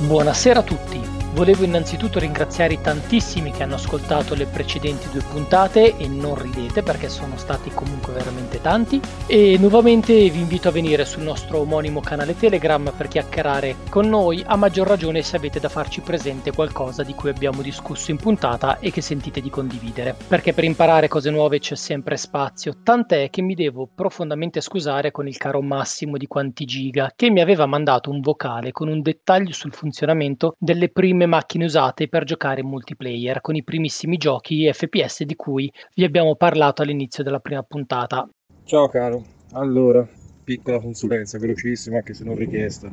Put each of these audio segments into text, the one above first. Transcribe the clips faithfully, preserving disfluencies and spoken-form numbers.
Buonasera a tutti. Volevo innanzitutto ringraziare i tantissimi che hanno ascoltato le precedenti due puntate e non ridete perché sono stati comunque veramente tanti, e nuovamente vi invito a venire sul nostro omonimo canale Telegram per chiacchierare con noi, a maggior ragione se avete da farci presente qualcosa di cui abbiamo discusso in puntata e che sentite di condividere, perché per imparare cose nuove c'è sempre spazio, tant'è che mi devo profondamente scusare con il caro Massimo di Quanti Giga che mi aveva mandato un vocale con un dettaglio sul funzionamento delle prime macchine usate per giocare in multiplayer con i primissimi giochi F P S di cui vi abbiamo parlato all'inizio della prima puntata. Ciao caro, allora, piccola consulenza velocissima anche se non richiesta.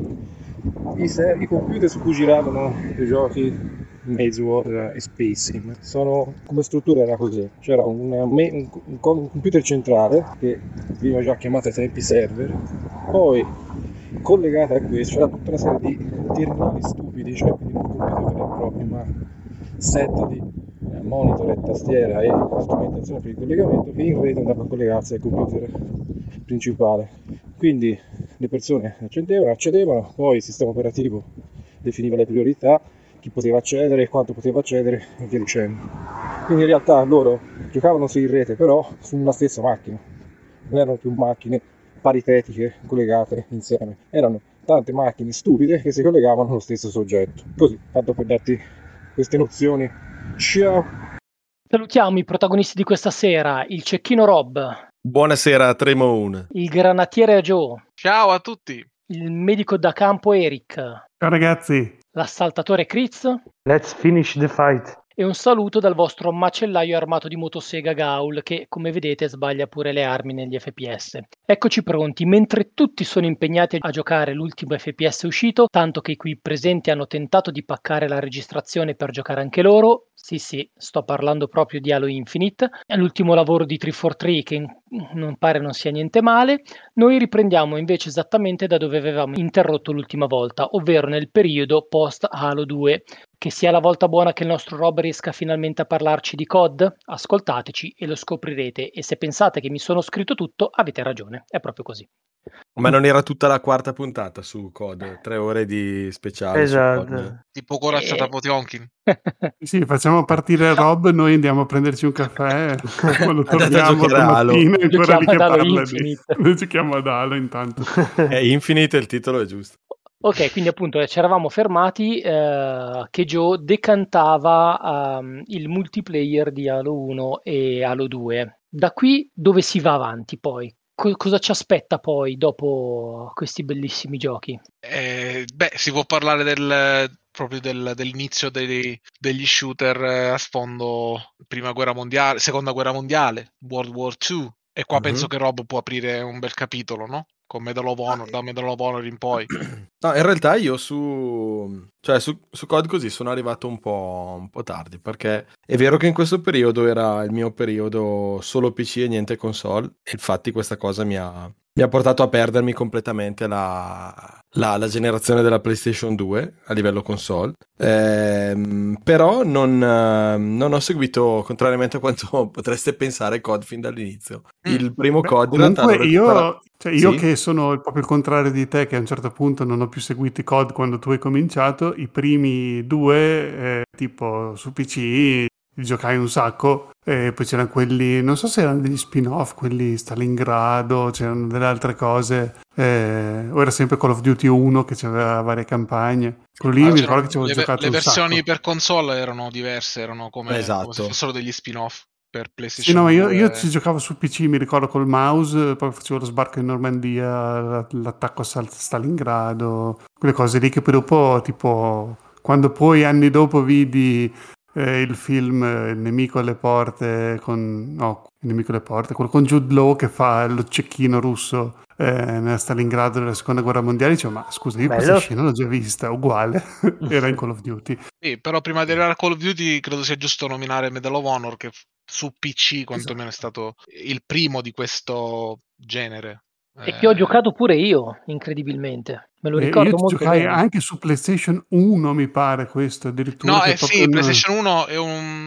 I, ser- i computer su cui giravano i giochi Maze War e Space Sim sono, come struttura era così, c'era un, un, un, un computer centrale che veniva già chiamato ai tempi server, poi collegata a questo c'era tutta una serie di terminali stupidi, cioè quindi non computer vero e proprio, ma set di eh, monitor e tastiera e strumentazione per il collegamento che in rete andava a collegarsi al computer principale. Quindi le persone accendevano, accedevano, poi il sistema operativo definiva le priorità, chi poteva accedere, quanto poteva accedere e via dicendo. Quindi in realtà loro giocavano su in rete, però su una stessa macchina, non erano più macchine paritetiche collegate insieme, erano tante macchine stupide che si collegavano allo stesso soggetto. Così, tanto per darti queste nozioni. Ciao! Salutiamo i protagonisti di questa sera, il cecchino Rob. Buonasera Tremone. Il granatiere Joe. Ciao a tutti. Il medico da campo Eric. Ciao ragazzi. L'assaltatore Chris. Let's finish the fight. E un saluto dal vostro macellaio armato di motosega Gaul che, come vedete, sbaglia pure le armi negli F P S. Eccoci pronti, mentre tutti sono impegnati a giocare l'ultimo F P S uscito, tanto che i qui presenti hanno tentato di paccare la registrazione per giocare anche loro. Sì, sì, sto parlando proprio di Halo Infinite. È l'ultimo lavoro di tre quattro tre che non pare non sia niente male. Noi riprendiamo invece esattamente da dove avevamo interrotto l'ultima volta, ovvero nel periodo post Halo due. Che sia la volta buona che il nostro Rob riesca finalmente a parlarci di C O D? Ascoltateci e lo scoprirete, e se pensate che mi sono scritto tutto, avete ragione, è proprio così. Ma non era tutta la quarta puntata su C O D, tre ore di speciale esatto. su C O D. Tipo Corazza da Potionkin. Sì, facciamo partire Rob, noi andiamo a prenderci un caffè, quando torniamo domattina è ancora lì che parla di... Noi giochiamo ad Halo intanto. È Infinite, il titolo è giusto. Ok, quindi appunto ci eravamo fermati eh, che Joe decantava um, il multiplayer di Halo uno e Halo due. Da qui dove si va avanti poi? Co- cosa ci aspetta poi dopo questi bellissimi giochi? Eh, beh, si può parlare del, proprio del, dell'inizio dei, degli shooter a sfondo prima guerra mondiale, seconda guerra mondiale, World War due, e qua mm-hmm. penso che Rob può aprire un bel capitolo, no? Con Medal of Honor, da Medal of Honor in poi. No, in realtà io su cioè su, su C O D così sono arrivato un po', un po' tardi, perché è vero che in questo periodo era il mio periodo solo P C e niente console, e infatti questa cosa mi ha, mi ha portato a perdermi completamente la, la, la generazione della PlayStation due a livello console, ehm, però non, non ho seguito, contrariamente a quanto potreste pensare, C O D fin dall'inizio. Il primo Beh, C O D in realtà comunque io, recupera... cioè io sì? che sono proprio il contrario di te, che a un certo punto non ho più seguito i C O D quando tu hai cominciato, i primi due eh, tipo su P C li giocai un sacco, e poi c'erano quelli, non so se erano degli spin-off, quelli Stalingrado, c'erano delle altre cose, eh, o era sempre Call of Duty uno che aveva varie campagne. Quello lì ah, mi ricordo che ci avevo le, giocato le un versioni sacco. Per console erano diverse, erano come, esatto. come se fossero degli spin-off per PlayStation. Sì, no, io, due. io ci giocavo su P C, mi ricordo col mouse, poi facevo lo sbarco in Normandia, l'attacco a Stalingrado, quelle cose lì che poi dopo, tipo, quando poi anni dopo vidi eh, il film Il nemico alle porte con, no, Il nemico alle porte, quello con Jude Law che fa lo cecchino russo eh, nella Stalingrado della seconda guerra mondiale, dicevo, ma scusa, io questa scena l'ho già vista, uguale, era in Call of Duty. Sì, però prima di arrivare a Call of Duty credo sia giusto nominare Medal of Honor, che su P C quantomeno esatto. È stato il primo di questo genere. E che ho giocato pure io, incredibilmente. Me lo ricordo io molto giocai bene. Anche su PlayStation uno, mi pare, questo addirittura. No, che eh sì, non... PlayStation uno è un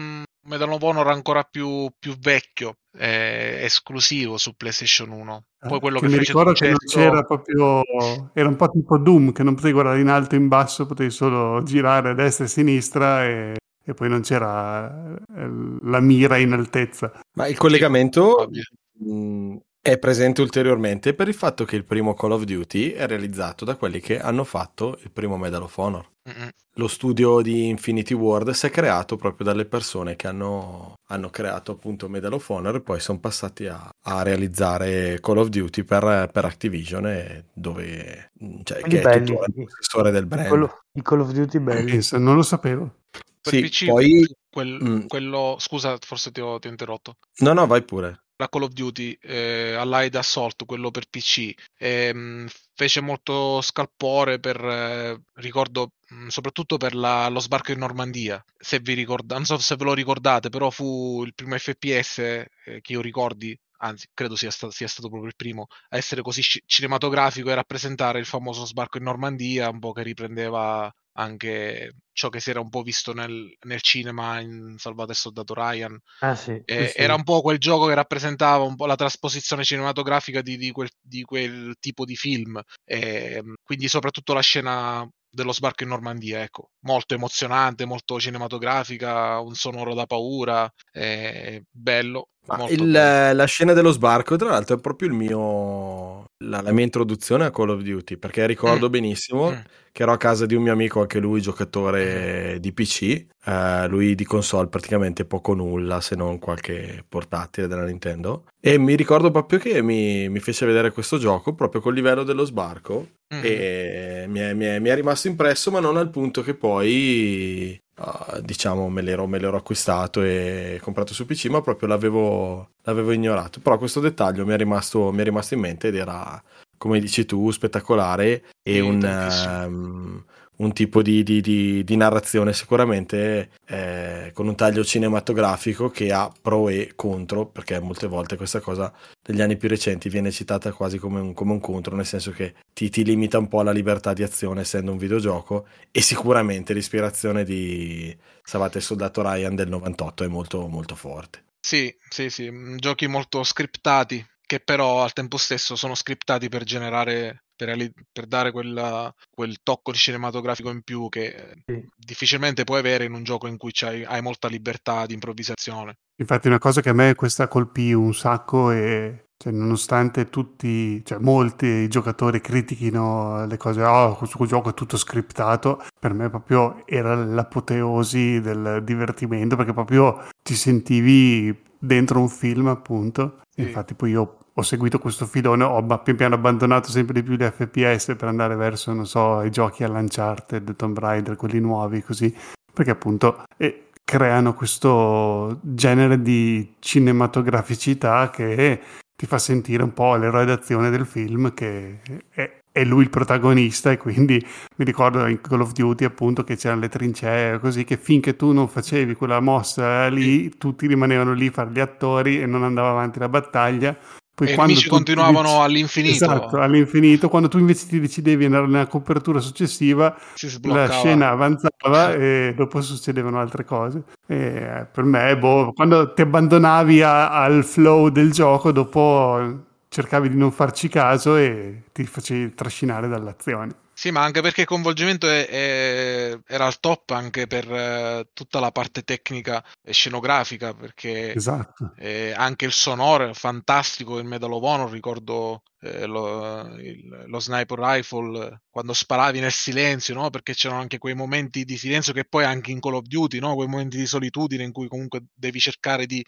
Medal of Honor ancora più, più vecchio, eh, esclusivo su PlayStation uno. Poi quello che che mi fece ricordo che non successo, c'era proprio, era un po' tipo Doom, che non potevi guardare in alto e in basso, potevi solo girare a destra e a sinistra e, e poi non c'era eh, la mira in altezza. Ma il sì, collegamento probabile. mh, è presente ulteriormente per il fatto che il primo Call of Duty è realizzato da quelli che hanno fatto il primo Medal of Honor. Mm-mm. Lo studio di Infinity Ward si è creato proprio dalle persone che hanno, hanno creato appunto Medal of Honor e poi sono passati a, a realizzare Call of Duty per, per Activision, e dove, cioè, Quelli che è tuttora il belli, possessore del i brand. Call, of, i Call of Duty belli. Pensa, non lo sapevo. Per Sì, P C poi... fu quel- mm, quello, scusa, forse ti ho, ti ho interrotto. no, no, vai pure. La Call of Duty, eh, Allied Assault, quello per P C, ehm, fece molto scalpore per, eh, ricordo, mh, soprattutto per la- lo sbarco in Normandia. Se vi ricorda, non so se ve lo ricordate, però fu il primo F P S eh, che io ricordi, anzi, credo sia, sta- sia stato proprio il primo a essere così ci- cinematografico e rappresentare il famoso sbarco in Normandia, un po' che riprendeva anche ciò che si era un po' visto nel, nel cinema in Salvate il soldato Ryan. Ah sì, sì, Eh, sì. era un po' quel gioco che rappresentava un po' la trasposizione cinematografica di, di quel, di quel tipo di film. Eh, quindi soprattutto la scena dello sbarco in Normandia, ecco, molto emozionante, molto cinematografica, un sonoro da paura, eh, bello, Ma molto il- bello. la scena dello sbarco, tra l'altro, è proprio il mio, la, la mia introduzione a Call of Duty, perché Mm, ricordo benissimo mm, che ero a casa di un mio amico, anche lui mhm. giocatore di P C, eh, lui di console praticamente poco nulla, se non qualche portatile della Nintendo, e mi ricordo proprio che mi, mi fece vedere questo gioco proprio col livello dello sbarco, Mhm. e mi è, mi è- mi è rimasto impresso, ma non al punto che poi... Uh, diciamo me l'ero, me l'ero acquistato e comprato su P C, ma proprio l'avevo, l'avevo ignorato. Però questo dettaglio mi è rimasto, mi è rimasto in mente ed era, come dici tu, spettacolare, e Sì, un, tantissimo. um, un tipo di, di- di- di narrazione sicuramente eh, con un taglio cinematografico che ha pro e contro, perché molte volte questa cosa negli anni più recenti viene citata quasi come un, come un contro, nel senso che ti, ti limita un po' alla libertà di azione essendo un videogioco, e sicuramente l'ispirazione di Savate il soldato Ryan del novantotto è molto molto forte. Sì, sì, sì, mm, giochi molto scriptati, che però al tempo stesso sono scriptati per generare, per, reali- per dare quella- quel tocco di cinematografico in più che eh, Sì. difficilmente puoi avere in un gioco in cui c'hai- hai molta libertà di improvvisazione. Infatti una cosa che a me questa colpì un sacco e cioè, nonostante tutti, cioè molti giocatori critichino le cose, oh, questo gioco è tutto scriptato, per me proprio era l'apoteosi del divertimento perché proprio ti sentivi dentro un film appunto. E Sì. infatti poi io ho seguito questo filone, ho ba- pian piano abbandonato sempre di più gli F P S per andare verso, non so, i giochi all'Uncharted, Tomb Raider, quelli nuovi così, perché appunto... E, creano questo genere di cinematograficità che ti fa sentire un po' l'eroe d'azione del film, che è, è lui il protagonista, e quindi mi ricordo in Call of Duty appunto che c'erano le trincee così, che finché tu non facevi quella mossa lì tutti rimanevano lì a fare gli attori e non andava avanti la battaglia. Poi E i quando nemici tu ti continuavano dec- all'infinito, esatto, all'infinito, quando tu invece ti decidevi andare nella copertura successiva, si la sbloccava. scena avanzava e dopo succedevano altre cose. E eh, per me, boh, quando ti abbandonavi a- al flow del gioco, dopo cercavi di non farci caso e ti facevi trascinare dall'azione. Sì, ma anche perché il coinvolgimento è- è- era al top anche per eh, tutta la parte tecnica e scenografica, perché Esatto. eh, anche il sonoro è fantastico in Medal of Honor, ricordo eh, lo, il- lo sniper rifle eh, quando sparavi nel silenzio, no? Perché c'erano anche quei momenti di silenzio che poi anche in Call of Duty, no? Quei momenti di solitudine in cui comunque devi cercare di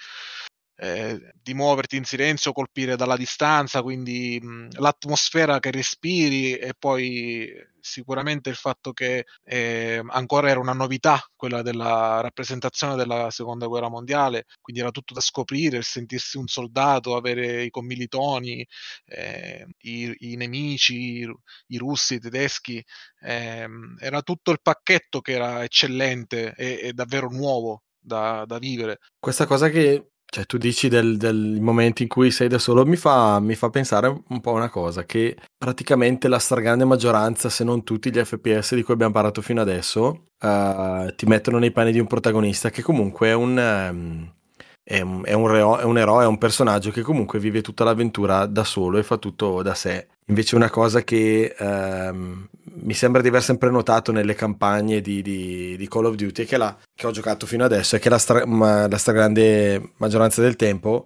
eh, di muoverti in silenzio, colpire dalla distanza, quindi mh, l'atmosfera che respiri, e poi sicuramente il fatto che eh, ancora era una novità quella della rappresentazione della seconda guerra mondiale, quindi era tutto da scoprire, il sentirsi un soldato, avere i commilitoni, eh, i, i nemici, i, i russi, i tedeschi, ehm, era tutto il pacchetto che era eccellente e, e davvero nuovo da, da vivere. Questa cosa che cioè tu dici del, del momento in cui sei da solo, mi fa, mi fa pensare un po' a una cosa, che praticamente la stragrande maggioranza, se non tutti gli F P S di cui abbiamo parlato fino adesso, uh, ti mettono nei panni di un protagonista che comunque è un... Um, è un, è, un reo, è un eroe, è un personaggio che comunque vive tutta l'avventura da solo e fa tutto da sé. Invece una cosa che ehm, mi sembra di aver sempre notato nelle campagne di, di, di Call of Duty, che, la, che ho giocato fino adesso, è che la, stra, ma, la stragrande maggioranza del tempo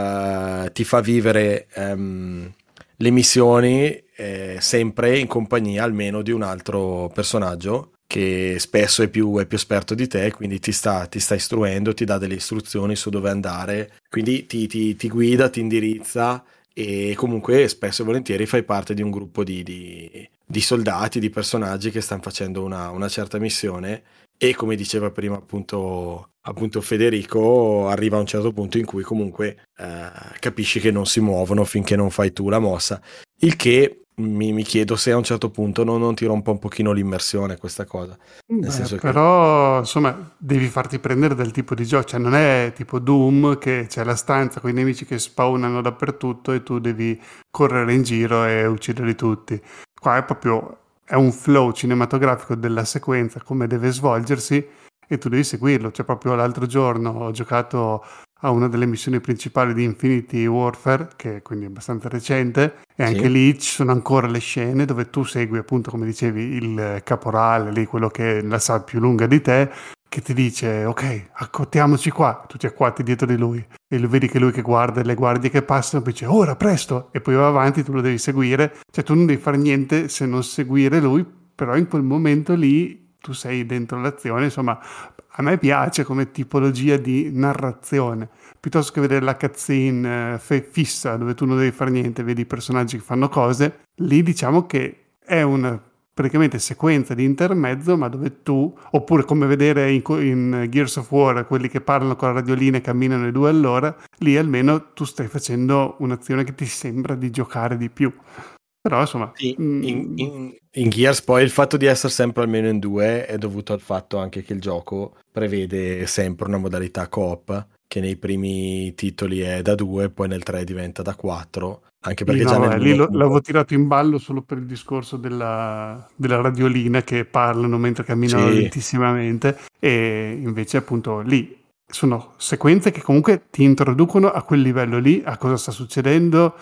eh, ti fa vivere ehm, le missioni eh, sempre in compagnia almeno di un altro personaggio che spesso è più, è più esperto di te, quindi ti sta, ti sta istruendo, ti dà delle istruzioni su dove andare, quindi ti, ti, ti guida, ti indirizza, e comunque spesso e volentieri fai parte di un gruppo di, di, di soldati, di personaggi che stanno facendo una, una certa missione, e come diceva prima appunto, appunto Federico, arriva a un certo punto in cui comunque eh, capisci che non si muovono finché non fai tu la mossa, il che mi, mi chiedo se a un certo punto non, non ti rompa un pochino l'immersione questa cosa. Nel Beh, senso che... però insomma devi farti prendere dal tipo di gioco, cioè non è tipo Doom che c'è la stanza con i nemici che spawnano dappertutto e tu devi correre in giro e ucciderli tutti. Qua è proprio è un flow cinematografico della sequenza, come deve svolgersi, e tu devi seguirlo. Cioè proprio l'altro giorno ho giocato a una delle missioni principali di Infinity Warfare, che è quindi abbastanza recente, e anche Sì. lì ci sono ancora le scene dove tu segui appunto, come dicevi, il caporale, lì quello che la sa più lunga di te, che ti dice ok, accottiamoci qua, tu ti acquatti dietro di lui e lo vedi che lui che guarda le guardie che passano, poi dice ora, presto, e poi va avanti, tu lo devi seguire, cioè tu non devi fare niente se non seguire lui, però in quel momento lì tu sei dentro l'azione. Insomma, a me piace come tipologia di narrazione, piuttosto che vedere la cutscene eh, fissa dove tu non devi fare niente, vedi i personaggi che fanno cose. Lì diciamo che è una praticamente sequenza di intermezzo, ma dove tu, oppure come vedere in, in Gears of War quelli che parlano con la radiolina e camminano le due all'ora, lì almeno tu stai facendo un'azione che ti sembra di giocare di più. Però insomma Sì, mm, in, in, in Gears poi il fatto di essere sempre almeno in due è dovuto al fatto anche che il gioco prevede sempre una modalità co-op, che nei primi titoli è da due, poi nel tre diventa da quattro, anche perché sì, già no, nel vabbè, lì lo- uno... l'avevo tirato in ballo solo per il discorso della, della radiolina che parlano mentre camminano Sì, lentissimamente, e invece appunto lì sono sequenze che comunque ti introducono a quel livello lì, a cosa sta succedendo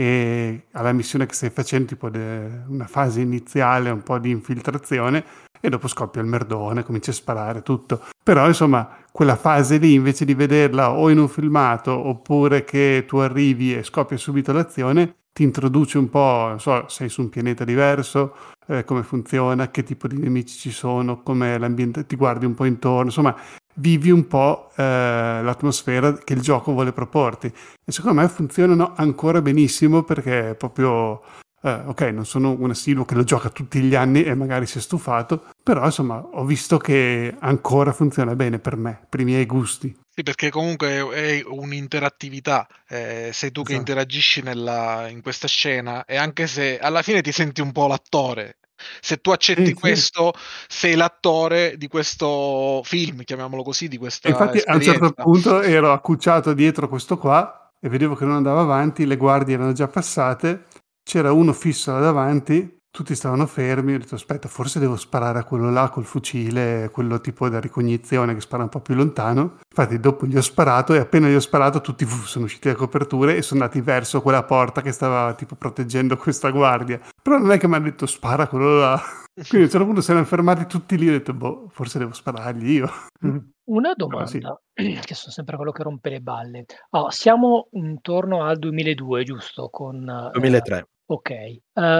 e alla missione che stai facendo, tipo de- una fase iniziale, un po' di infiltrazione, e dopo scoppia il merdone, comincia a sparare tutto. Però insomma quella fase lì, invece di vederla o in un filmato oppure che tu arrivi e scoppia subito l'azione, ti introduce un po', non so, sei su un pianeta diverso, eh, come funziona, che tipo di nemici ci sono, com'è l'ambiente, ti guardi un po' intorno, insomma vivi un po' eh, l'atmosfera che il gioco vuole proporti, e secondo me funzionano ancora benissimo, perché è proprio eh, ok, non sono un assiduo che lo gioca tutti gli anni e magari si è stufato, però insomma ho visto che ancora funziona bene per me, per i miei gusti. Sì, perché comunque è un'interattività, eh, sei tu che Esatto. interagisci nella- in questa scena, e anche se alla fine ti senti un po' l'attore. Se tu accetti Sì, sì. questo, sei l'attore di questo film, chiamiamolo così, di E questa infatti a un certo esperienza. punto ero accucciato dietro questo qua e vedevo che non andava avanti, le guardie erano già passate, c'era uno fisso là davanti, tutti stavano fermi, ho detto aspetta, forse devo sparare a quello là col fucile, quello tipo da ricognizione che spara un po' più lontano. Infatti dopo gli ho sparato e appena gli ho sparato tutti fu, sono usciti da coperture e sono andati verso quella porta che stava tipo proteggendo questa guardia. Però non è che mi hanno detto spara a quello là. Quindi a un certo punto si erano fermati tutti lì e ho detto boh, forse devo sparargli io. Una Però sì. domanda, che sono sempre quello che rompe le balle. Ah, siamo intorno al duemiladue, giusto? Con, eh, duemilatré. ok. Eh,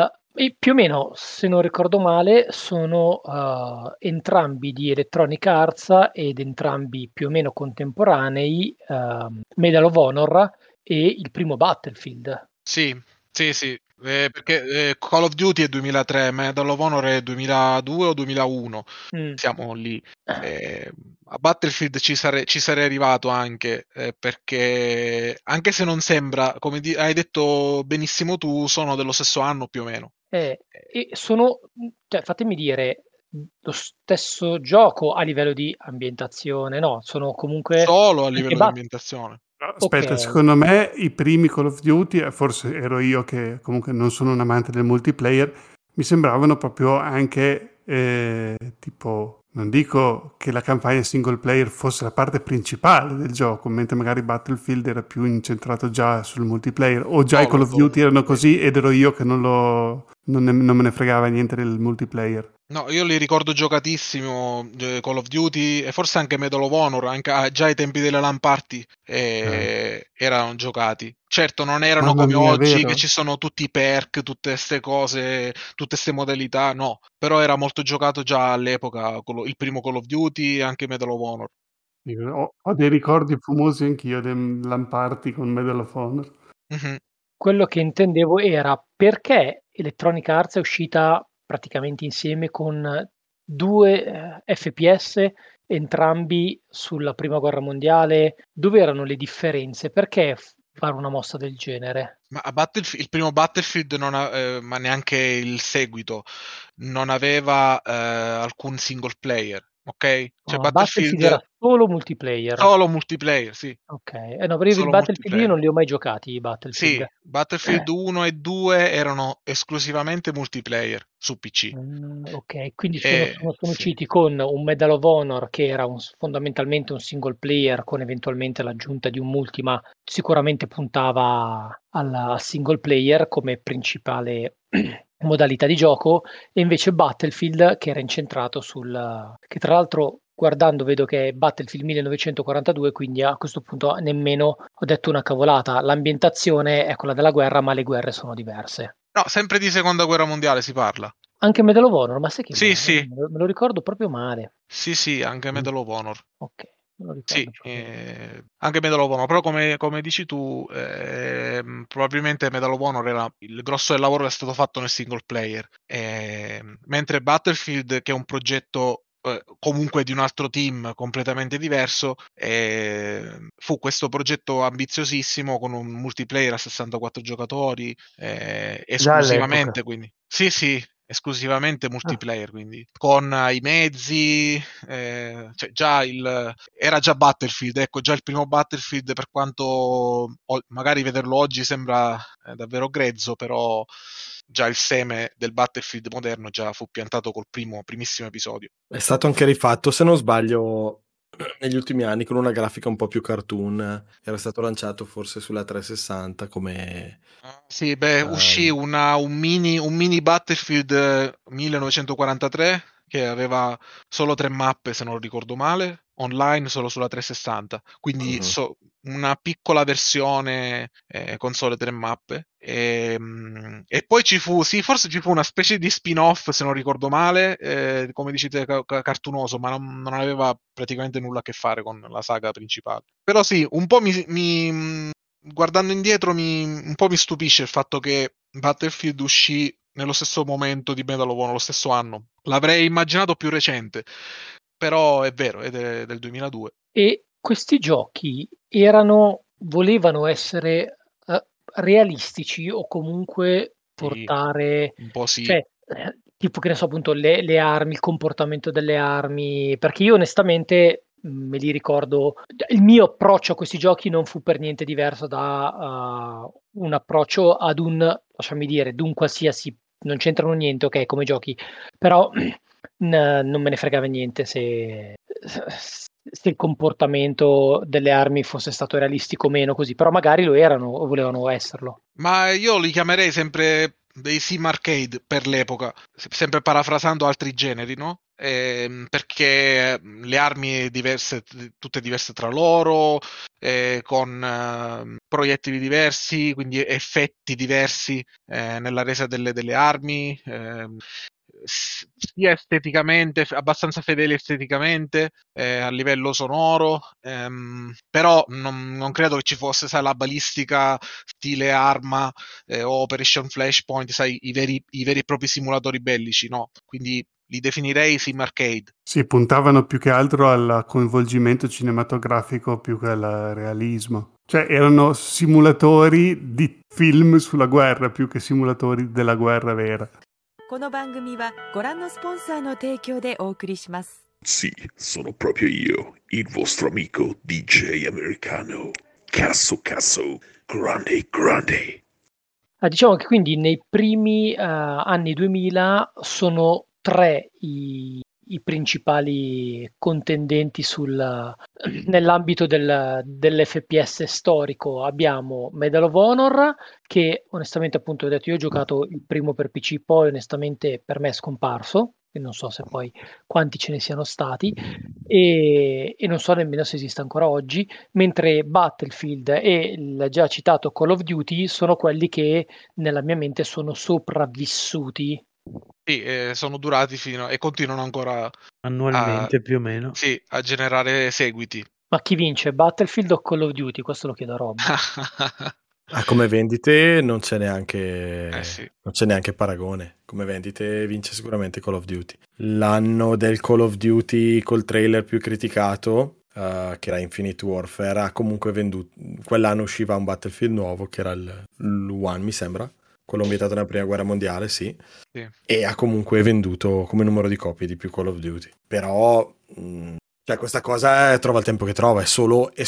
e più o meno, se non ricordo male, sono eh, entrambi di Electronic Arts ed entrambi più o meno contemporanei, ehm, Medal of Honor e il primo Battlefield. Sì, sì, sì, eh, perché eh, Call of Duty è duemilatré, Medal of Honor è duemiladue o duemilauno, Mm. siamo lì. Eh, a Battlefield ci, sare- ci sarei arrivato anche, eh, perché anche se non sembra, come di- hai detto benissimo tu, sono dello stesso anno più o meno. Eh, e sono, cioè, fatemi dire, lo stesso gioco a livello di ambientazione, no? Sono comunque Solo a anche livello di Bat- ambientazione. Aspetta, Ok. secondo me i primi Call of Duty, eh, forse ero io che comunque non sono un amante del multiplayer, mi sembravano proprio anche eh, tipo, non dico che la campagna single player fosse la parte principale del gioco, mentre magari Battlefield era più incentrato già sul multiplayer, o già i Call Solo, of solo Duty erano multiplayer. così ed ero io che non, lo, non, ne- non me ne fregava niente del multiplayer. No, io li ricordo giocatissimo, eh, Call of Duty e forse anche Medal of Honor, anche ah, già ai tempi delle LAN party eh, erano giocati. Certo, non erano Mamma come mia, oggi che vero? ci sono tutti i perk, tutte queste cose, tutte queste modalità, no. Però era molto giocato già all'epoca, quello- il primo Call of Duty e anche Medal of Honor. Io Ho, ho dei ricordi fumosi anch'io del LAN party con Medal of Honor. Mhm. Quello che intendevo era perché Electronic Arts è uscita praticamente insieme con due eh, F P S, entrambi sulla prima guerra mondiale. Dove erano le differenze? Perché f- fare una mossa del genere? Ma a Battlefield, il primo Battlefield, non ha- eh, ma neanche il seguito, non aveva eh, alcun single player, ok? Cioè Ah, Battlefield era Battlefield solo multiplayer. solo multiplayer, sì, Ok, eh no, perché i solo Battlefield io multiplayer. non li ho mai giocati, i Sì, Battlefield. Battlefield uno e due erano esclusivamente multiplayer su P C. Mm, ok, quindi sono, E sono, sono sì. usciti con un Medal of Honor che era un- fondamentalmente un single player con eventualmente l'aggiunta di un multi, ma sicuramente puntava alla- al single player come principale modalità di gioco, e invece Battlefield che era incentrato sul... che tra l'altro guardando vedo che è Battlefield millenovecentoquarantadue, quindi a questo punto nemmeno ho detto una cavolata, l'ambientazione è quella della guerra, ma le guerre sono diverse. No, sempre di seconda guerra mondiale si parla. Anche Medal of Honor, ma sai che Sì, me, sì, me lo me lo ricordo proprio male. sì, sì, anche Mm. Medal of Honor. Ok, me lo Sì, ricordo proprio male. eh, anche Medal of Honor, però come, come dici tu, ehm, probabilmente Medal of Honor era, il grosso del lavoro è stato fatto nel single player, ehm, mentre Battlefield, che è un progetto eh, comunque di un altro team completamente diverso, eh, fu questo progetto ambiziosissimo con un multiplayer a sessantaquattro giocatori, eh, Già all'epoca. esclusivamente, quindi sì, sì, esclusivamente Ah, multiplayer, quindi con eh, i mezzi, eh, cioè già il era già Battlefield, ecco, già il primo Battlefield, per quanto o- magari vederlo oggi sembra eh, davvero grezzo, però già il seme del Battlefield moderno già fu piantato col primo, primissimo episodio. È stato anche rifatto, se non sbaglio, negli ultimi anni con una grafica un po' più cartoon. Era stato lanciato forse sulla trecentosessanta come... Sì, beh, uscì ehm, una, un, mini, un mini Battlefield eh, millenovecentoquarantatré che aveva solo tre mappe, se non ricordo male, online solo sulla trecentosessanta, quindi mhm. so- una piccola versione eh, con sole tre mappe. E, mm, e poi ci fu, sì, forse ci fu una specie di spin-off, se non ricordo male, eh, come dicete, ca- ca- cartunoso, ma non, non aveva praticamente nulla a che fare con la saga principale. Però sì, un po' mi, mi- guardando indietro mi, un po' mi stupisce il fatto che Battlefield uscì nello stesso momento di Medal of Honor, lo stesso anno. L'avrei immaginato più recente, però è vero, è de- del duemiladue. E questi giochi erano, volevano essere eh, realistici o comunque Sì, portare, un po' sì. cioè, eh, tipo che ne so, appunto, le, le armi, il comportamento delle armi, perché io onestamente mh, me li ricordo, il mio approccio a questi giochi non fu per niente diverso da uh, un approccio ad un, lasciami dire, ad un qualsiasi, non c'entrano niente, ok, come giochi, però n- non me ne fregava niente se, se il comportamento delle armi fosse stato realistico o meno così, però magari lo erano o volevano esserlo. Ma io li chiamerei sempre dei sim arcade per l'epoca, se- sempre parafrasando altri generi, no? Ehm, perché le armi diverse, tutte diverse tra loro, eh, con ehm, proiettili diversi, quindi effetti diversi eh, nella resa delle, delle armi, ehm, s- sia esteticamente, f- abbastanza fedeli esteticamente, eh, a livello sonoro, ehm, però non, non credo che ci fosse, sai, la balistica stile Arma eh, o Operation Flashpoint, sai, i veri, i veri e propri simulatori bellici, no? Quindi li definirei sim arcade. Sì, puntavano più che altro al coinvolgimento cinematografico più che al realismo. Cioè erano simulatori di film sulla guerra più che simulatori della guerra vera. この番組はご覧のスポンサーの提供でお送りします。 Sì, sono proprio io, il vostro amico D J americano. cazzo, cazzo, grande, grande. Ah, diciamo che quindi nei primi eh, anni duemila sono tre i, i principali contendenti sul, nell'ambito del, dell'F P S storico. Abbiamo Medal of Honor, che onestamente appunto ho detto io ho giocato il primo per P C, poi onestamente per me è scomparso, e non so se poi quanti ce ne siano stati, e, e non so nemmeno se esiste ancora oggi, mentre Battlefield e il già citato Call of Duty sono quelli che nella mia mente sono sopravvissuti. Sì, eh, sono durati fino e continuano ancora a, Annualmente più o meno. sì, a generare seguiti. Ma chi vince, Battlefield o Call of Duty? Questo lo chiedo a Rob. Ah, come vendite non c'è neanche Eh sì. non c'è neanche paragone. Come vendite vince sicuramente Call of Duty. L'anno del Call of Duty col trailer più criticato, uh, che era Infinite Warfare, ha comunque venduto. Quell'anno usciva un Battlefield nuovo che era il, l'One, mi sembra, quello ambientato nella prima guerra mondiale, sì. Sì. E ha comunque venduto come numero di copie di più Call of Duty. Però mh, cioè questa cosa è, trova il tempo che trova, è solo, è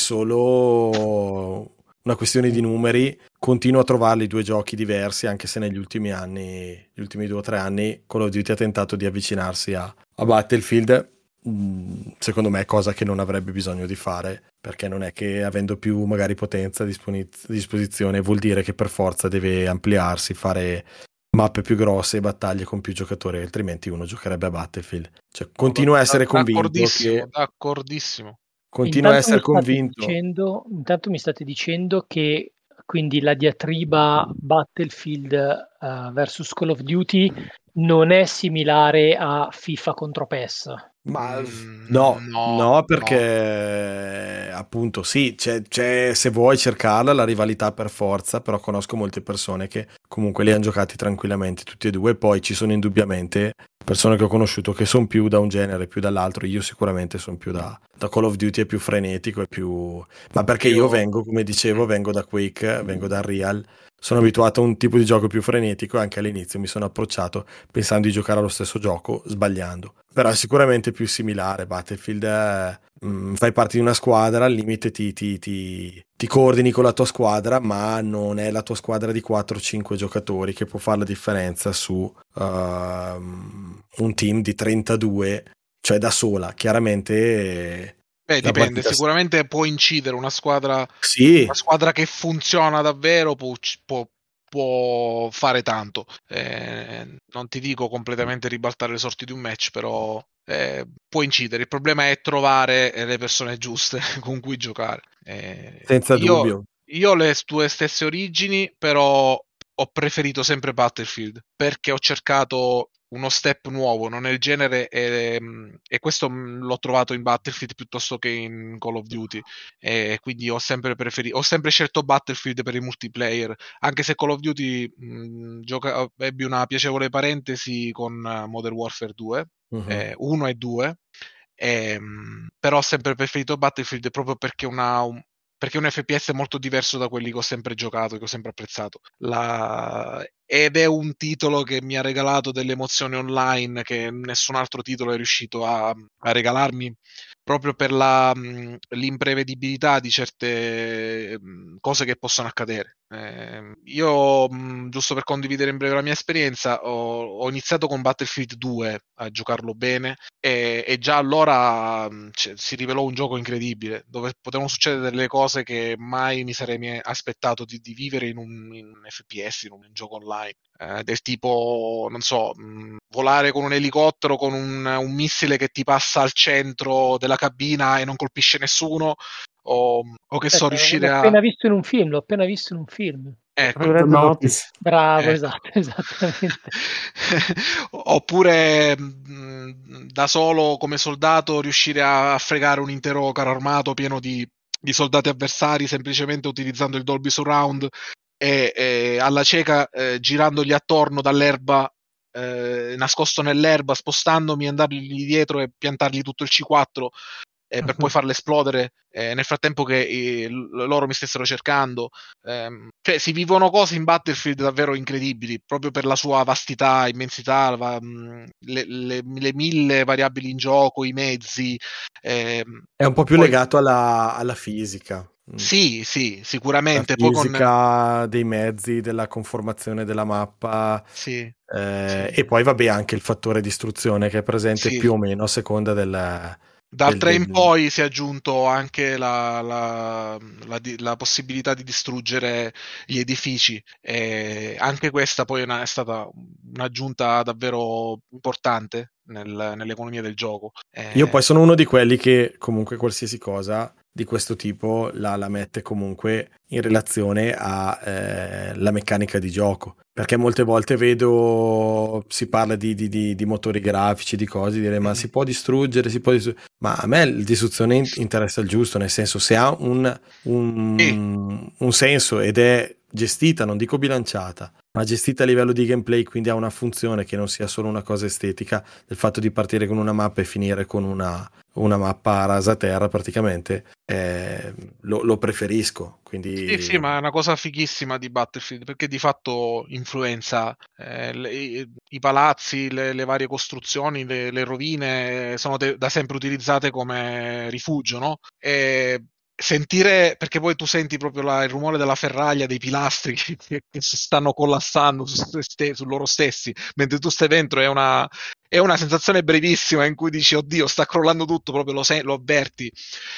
solo una questione di numeri. Continuo a trovarli due giochi diversi, anche se negli ultimi anni, gli ultimi due o tre anni, Call of Duty ha tentato di avvicinarsi a, a Battlefield, mh, secondo me cosa che non avrebbe bisogno di fare, perché non è che avendo più magari potenza a disponi- disposizione vuol dire che per forza deve ampliarsi, fare mappe più grosse e battaglie con più giocatori, altrimenti uno giocherebbe a Battlefield. Cioè, continuo a essere convinto D'accordissimo, che d'accordissimo. continuo a Intanto essere mi state convinto dicendo, intanto mi state dicendo che quindi la diatriba Battlefield eh, versus Call of Duty non è similare a FIFA contro PES. Ma Mm, no, no, no, perché appunto sì, c'è, c'è, se vuoi cercarla la rivalità per forza, però conosco molte persone che comunque li hanno giocati tranquillamente tutti e due, poi ci sono indubbiamente persone che ho conosciuto che sono più da un genere, più dall'altro. Io sicuramente sono più da, da Call of Duty, è più frenetico, è più... ma perché io, Io- vengo, come dicevo, vengo da Quake, vengo da Real, sono abituato a un tipo di gioco più frenetico e anche all'inizio mi sono approcciato pensando di giocare allo stesso gioco, sbagliando. Però è sicuramente più similare. Battlefield è, mh, fai parte di una squadra, al limite ti, ti, ti, ti coordini con la tua squadra, ma non è la tua squadra di quattro cinque giocatori che può fare la differenza su uh, un team di trentadue, cioè da sola. Chiaramente Beh, la dipende, partita... sicuramente può incidere una squadra, Sì, una squadra che funziona davvero, può, ucc- può- può fare tanto. Eh, non ti dico completamente ribaltare le sorti di un match, però eh, può incidere. Il problema è trovare eh, le persone giuste con cui giocare. Eh, senza io, dubbio. io ho le tue stesse origini, però ho preferito sempre Battlefield perché ho cercato uno step nuovo, non è il genere, e, e questo mh, l'ho trovato in Battlefield piuttosto che in Call of Duty, e quindi ho sempre preferito, ho sempre scelto Battlefield per il multiplayer, anche se Call of Duty mh, gioca, ebbi una piacevole parentesi con uh, Modern Warfare due, Uh-huh. eh, uno e due, e, mh, però ho sempre preferito Battlefield proprio perché una, un, perché è un F P S molto diverso da quelli che ho sempre giocato, che ho sempre apprezzato. La... Ed è un titolo che mi ha regalato delle emozioni online che nessun altro titolo è riuscito a, a regalarmi, proprio per la, mh, l'imprevedibilità di certe mh, cose che possono accadere. Eh, io, mh, giusto per condividere in breve la mia esperienza, ho, ho iniziato con Battlefield due a giocarlo bene e, e già allora mh, cioè, si rivelò un gioco incredibile, dove potevano succedere delle cose che mai mi sarei mai aspettato di, di vivere in un, in un F P S, in un, in un gioco online. Eh, del tipo, non so, mh, volare con un elicottero con un, un missile che ti passa al centro della cabina e non colpisce nessuno, o, o che so, Aspetta, riuscire l'ho a... appena visto in un film, l'ho appena visto in un film. Ecco, Red Notice. Bravo, ecco. esatto, esattamente. Oppure mh, da solo come soldato riuscire a fregare un intero carro armato pieno di, di soldati avversari semplicemente utilizzando il Dolby Surround e, e alla cieca eh, girandogli attorno dall'erba, eh, nascosto nell'erba, spostandomi, andargli dietro e piantargli tutto il C quattro eh, per poi farle esplodere eh, nel frattempo che eh, loro mi stessero cercando. Eh, cioè si vivono cose in Battlefield davvero incredibili, proprio per la sua vastità, immensità, va, mh, le, le, le mille variabili in gioco, i mezzi. Eh, È un po' più poi, legato alla, alla fisica. Sì, sì, La sicuramente. Poi con... fisica dei mezzi, della conformazione della mappa, Sì, eh, sì, e poi vabbè anche il fattore di istruzione che è presente sì. più o meno a seconda del, Dal del, tre in del- poi si è aggiunto anche la, la- la di- la possibilità di distruggere gli edifici. E anche questa poi è, una- è stata un'aggiunta davvero importante nel- nell'economia del gioco. Io poi Eh, sono uno di quelli che comunque qualsiasi cosa di questo tipo la, la mette comunque in relazione alla meccanica di gioco. Perché molte volte vedo, si parla di, di- di- di motori grafici, di cose, dire ma si può distruggere, si può distruggere. Ma a me il distruzione in- interessa il giusto, nel senso se ha un, sì, un, un senso ed è gestita, non dico bilanciata, ma gestita a livello di gameplay, quindi ha una funzione che non sia solo una cosa estetica, del fatto di partire con una mappa e finire con una, una mappa rasaterra praticamente, eh, lo, lo preferisco. sì, sì, Quindi ma è una cosa fighissima di Battlefield perché di fatto influenza eh, le- i, i palazzi, le, le varie costruzioni, le, le rovine sono de- da sempre utilizzate come rifugio, no? E sentire, perché poi tu senti proprio la- il rumore della ferraglia, dei pilastri che, che- che si stanno collassando su, se ste- su loro stessi, mentre tu stai dentro, è una, è una sensazione brevissima in cui dici, oddio, sta crollando tutto, proprio lo, sen- lo avverti.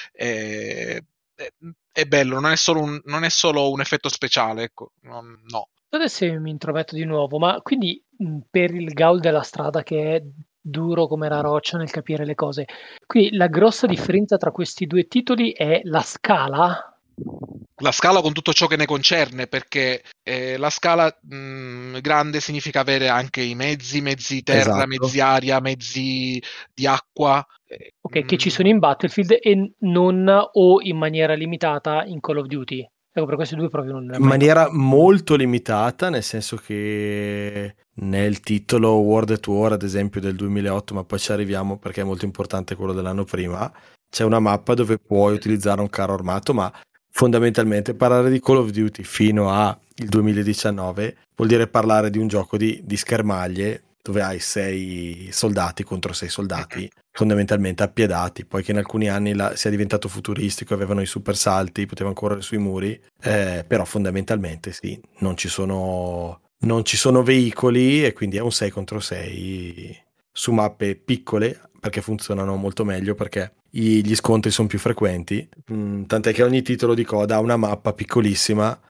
Eh, è, è bello, non è solo un, non è solo un effetto speciale, ecco, non- no. Adesso mi intrometto di nuovo, ma quindi mh, per il gaul della strada che è duro come la roccia nel capire le cose, qui la grossa differenza tra questi due titoli è la scala? La scala con tutto ciò che ne concerne, perché eh, la scala mh, grande significa avere anche i mezzi, mezzi terra, esatto. mezzi aria, mezzi di acqua. eh, Ok, che ci mh, sono in Battlefield e non o in maniera limitata in Call of Duty. Ecco, per questi due proprio non ne ho In mai maniera parlato. molto limitata, nel senso che nel titolo World at War, ad esempio del duemilaotto, ma poi ci arriviamo perché è molto importante quello dell'anno prima, c'è una mappa dove puoi utilizzare un carro armato, ma fondamentalmente parlare di Call of Duty fino al duemiladiciannove vuol dire parlare di un gioco di, di schermaglie dove hai sei soldati contro sei soldati fondamentalmente appiedati, poi che in alcuni anni la, sia diventato futuristico, avevano i super salti, potevano correre sui muri, eh, però fondamentalmente sì, non ci sono non ci sono veicoli e quindi è un sei contro sei su mappe piccole perché funzionano molto meglio perché i- gli scontri sono più frequenti. Mm, tant'è che ogni titolo di coda ha una mappa piccolissima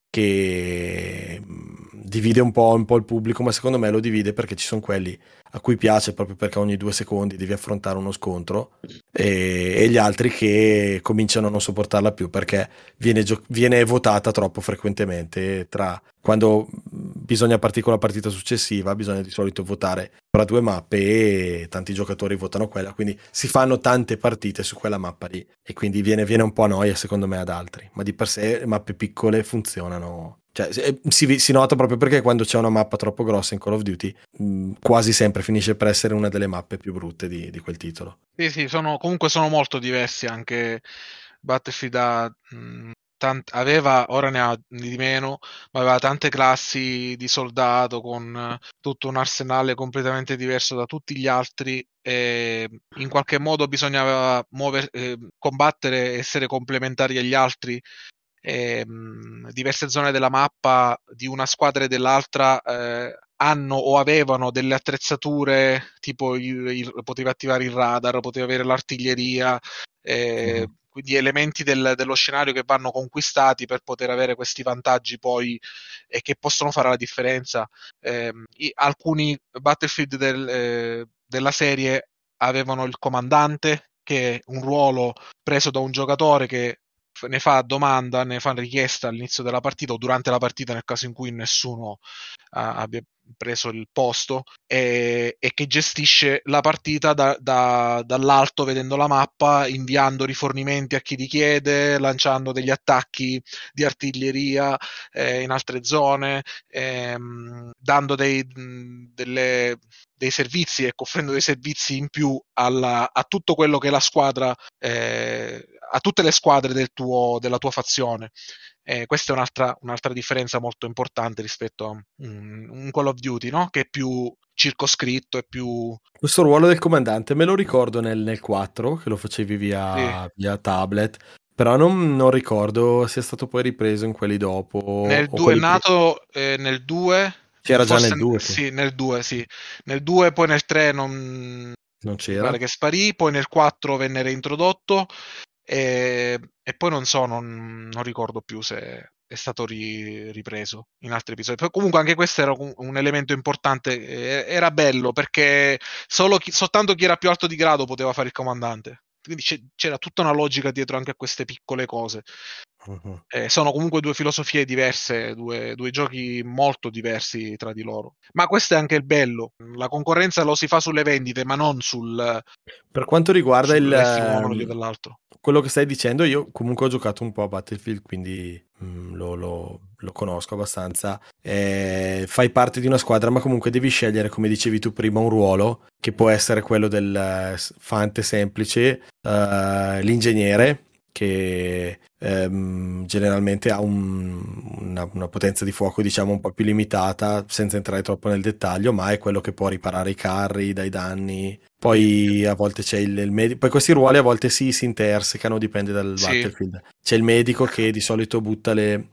che mm, divide un po', un po' il pubblico, ma secondo me lo divide perché ci sono quelli a cui piace proprio perché ogni due secondi devi affrontare uno scontro e, e gli altri che cominciano a non sopportarla più perché viene, gio- viene votata troppo frequentemente tra quando bisogna partire con la partita successiva bisogna di solito votare tra due mappe e tanti giocatori votano quella, quindi si fanno tante partite su quella mappa lì e quindi viene, viene un po' a noia secondo me ad altri, ma di per sé le mappe piccole funzionano, cioè se- si, si nota proprio perché quando c'è una mappa troppo grossa in Call of Duty mh, quasi sempre finisce per essere una delle mappe più brutte di, di quel titolo. Sì, sì, sono, comunque sono molto diversi anche Battlefield ha, mh, tant- aveva, ora ne ha di meno, ma aveva tante classi di soldato con eh, tutto un arsenale completamente diverso da tutti gli altri e in qualche modo bisognava muover, eh, combattere e essere complementari agli altri. E, mh, diverse zone della mappa di una squadra e dell'altra eh, hanno o avevano delle attrezzature tipo il, il- poteva attivare il radar, poteva avere l'artiglieria, eh, Mhm. quindi elementi del- dello scenario che vanno conquistati per poter avere questi vantaggi poi e che possono fare la differenza. Eh, i- alcuni Battlefield del- eh, della serie avevano il comandante, che è un ruolo preso da un giocatore che f- ne fa domanda, ne fa richiesta all'inizio della partita o durante la partita nel caso in cui nessuno ah, abbia preso il posto e, e che gestisce la partita da- da- dall'alto vedendo la mappa, inviando rifornimenti a chi li chiede, lanciando degli attacchi di artiglieria eh, in altre zone, ehm, dando dei, mh, delle- dei servizi, ecco, offrendo dei servizi in più alla- a tutto quello che la squadra, eh, a tutte le squadre del tuo- della tua fazione. Eh, questa è un'altra, un'altra differenza molto importante rispetto a un, un Call of Duty, no? Che è più circoscritto e più... Questo ruolo del comandante me lo ricordo nel, nel quattro che lo facevi Sì, via, via tablet, Però non, non ricordo sia stato poi ripreso in quelli dopo. Nel o due è quelli nato eh, nel due. C'era già Forse nel due, sì. sì, nel due, sì. Nel due, poi nel tre non Non mi c'era. pare che sparì, poi nel quattro venne reintrodotto e, e poi non so, non, non ricordo più se è stato ri- ripreso in altri episodi. Poi comunque anche questo era un, un elemento importante, eh, era bello perché solo chi- soltanto chi era più alto di grado poteva fare il comandante. Quindi c'è- c'era tutta una logica dietro anche a queste piccole cose. Mhm. Eh, sono comunque due filosofie diverse, due, due giochi molto diversi tra di loro. Ma questo è anche il bello. La concorrenza lo si fa sulle vendite, ma non sul, Per quanto riguarda il, sull'essere uno meglio ehm, dell'altro. quello che stai dicendo, io comunque ho giocato un po' a Battlefield, quindi mm, lo, lo- lo conosco abbastanza. Eh, fai parte di una squadra, ma comunque devi scegliere, come dicevi tu prima, un ruolo che può essere quello del eh, s- fante semplice, eh, l'ingegnere, che ehm, generalmente ha un- una, una potenza di fuoco, diciamo, un po' più limitata, senza entrare troppo nel dettaglio, ma è quello che può riparare i carri dai danni. Poi a volte c'è il, il medico. Poi questi ruoli a volte sì, si intersecano, dipende dal Sì. Battlefield. C'è il medico che di solito butta le,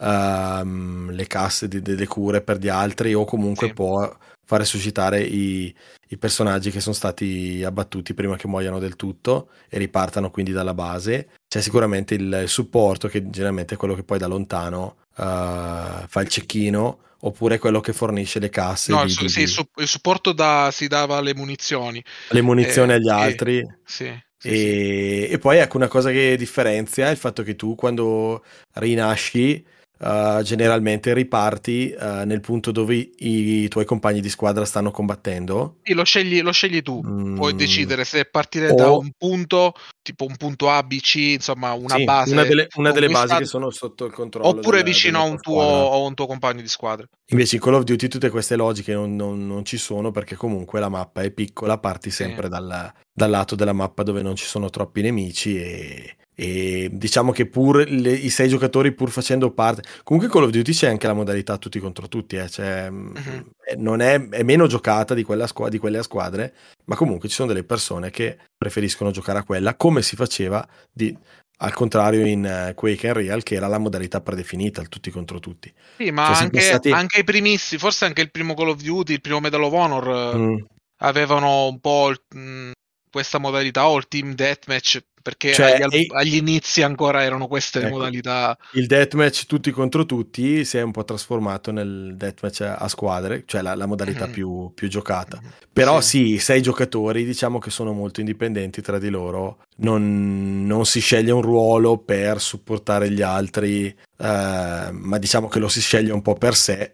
ehm, le casse di- delle cure per gli altri, o comunque Sì. può fare suscitare i, i personaggi che sono stati abbattuti prima che muoiano del tutto e ripartano quindi dalla base. C'è sicuramente il supporto, che generalmente è quello che poi da lontano eh, fa il cecchino, oppure quello che fornisce le casse No, il, di, su- di- sì, il di- su- il supporto da, si dava alle munizioni. le munizioni Eh, agli sì, altri. sì, sì, sì. E, e poi ecco una cosa che differenzia è il fatto che tu quando rinasci eh, generalmente riparti eh, nel punto dove i, i tuoi compagni di squadra stanno combattendo. Sì, lo scegli, lo scegli tu. Puoi Mm, decidere se partire da o un punto, tipo un punto A, B, C, insomma una sì, una base delle, una delle basi che conquistata, sono sotto il controllo oppure del- vicino della a tua un tuo, squadra. a un tuo compagno di squadra. Invece in Call of Duty tutte queste logiche non, non- non ci sono, perché comunque la mappa è piccola, parti Sì. sempre dal, dal lato della mappa dove non ci sono troppi nemici e, e diciamo che pur le- i sei giocatori, pur facendo parte, comunque in Call of Duty c'è anche la modalità tutti contro tutti, eh, cioè, Mhm. eh, non è, è meno giocata di, quella squa- di quelle a squadre, ma comunque ci sono delle persone che preferiscono giocare a quella, come si faceva di, al contrario in eh, Quake and Real, che era la modalità predefinita, il tutti contro tutti. Sì, ma Cioè, siamo anche, passati. anche i primissimi, forse anche il primo Call of Duty, il primo Medal of Honor, eh, Mm. avevano un po' il- mh, questa modalità o il Team Deathmatch, perché Cioè, agli, al- e- agli inizi ancora erano queste le ecco, modalità. il deathmatch tutti contro tutti si è un po' trasformato nel deathmatch a a squadre, cioè la, la modalità Mhm. più, più giocata. Mhm. Però Sì. sì, sei giocatori, diciamo che sono molto indipendenti tra di loro, non, non si sceglie un ruolo per supportare gli altri, eh, ma diciamo che lo si sceglie un po' per sé,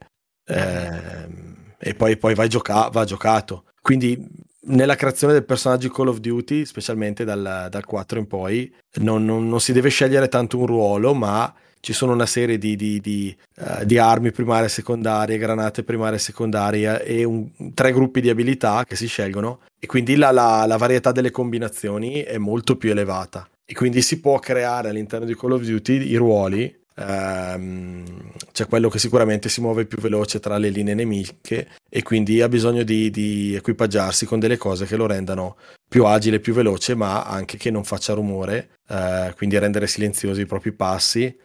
eh, e poi, poi va, gioca- va giocato. Quindi nella creazione del personaggio Call of Duty, specialmente dal, dal quattro in poi, non, non- non si deve scegliere tanto un ruolo, ma ci sono una serie di, di- di, eh, di armi primarie e secondarie, granate primarie e secondarie e un- tre gruppi di abilità che si scelgono, e quindi la, la- la varietà delle combinazioni è molto più elevata. E quindi si può creare all'interno di Call of Duty i ruoli. Ehm, c'è quello che sicuramente si muove più veloce tra le linee nemiche e quindi ha bisogno di, di equipaggiarsi con delle cose che lo rendano più agile, più veloce, ma anche che non faccia rumore, eh, quindi rendere silenziosi i propri passi.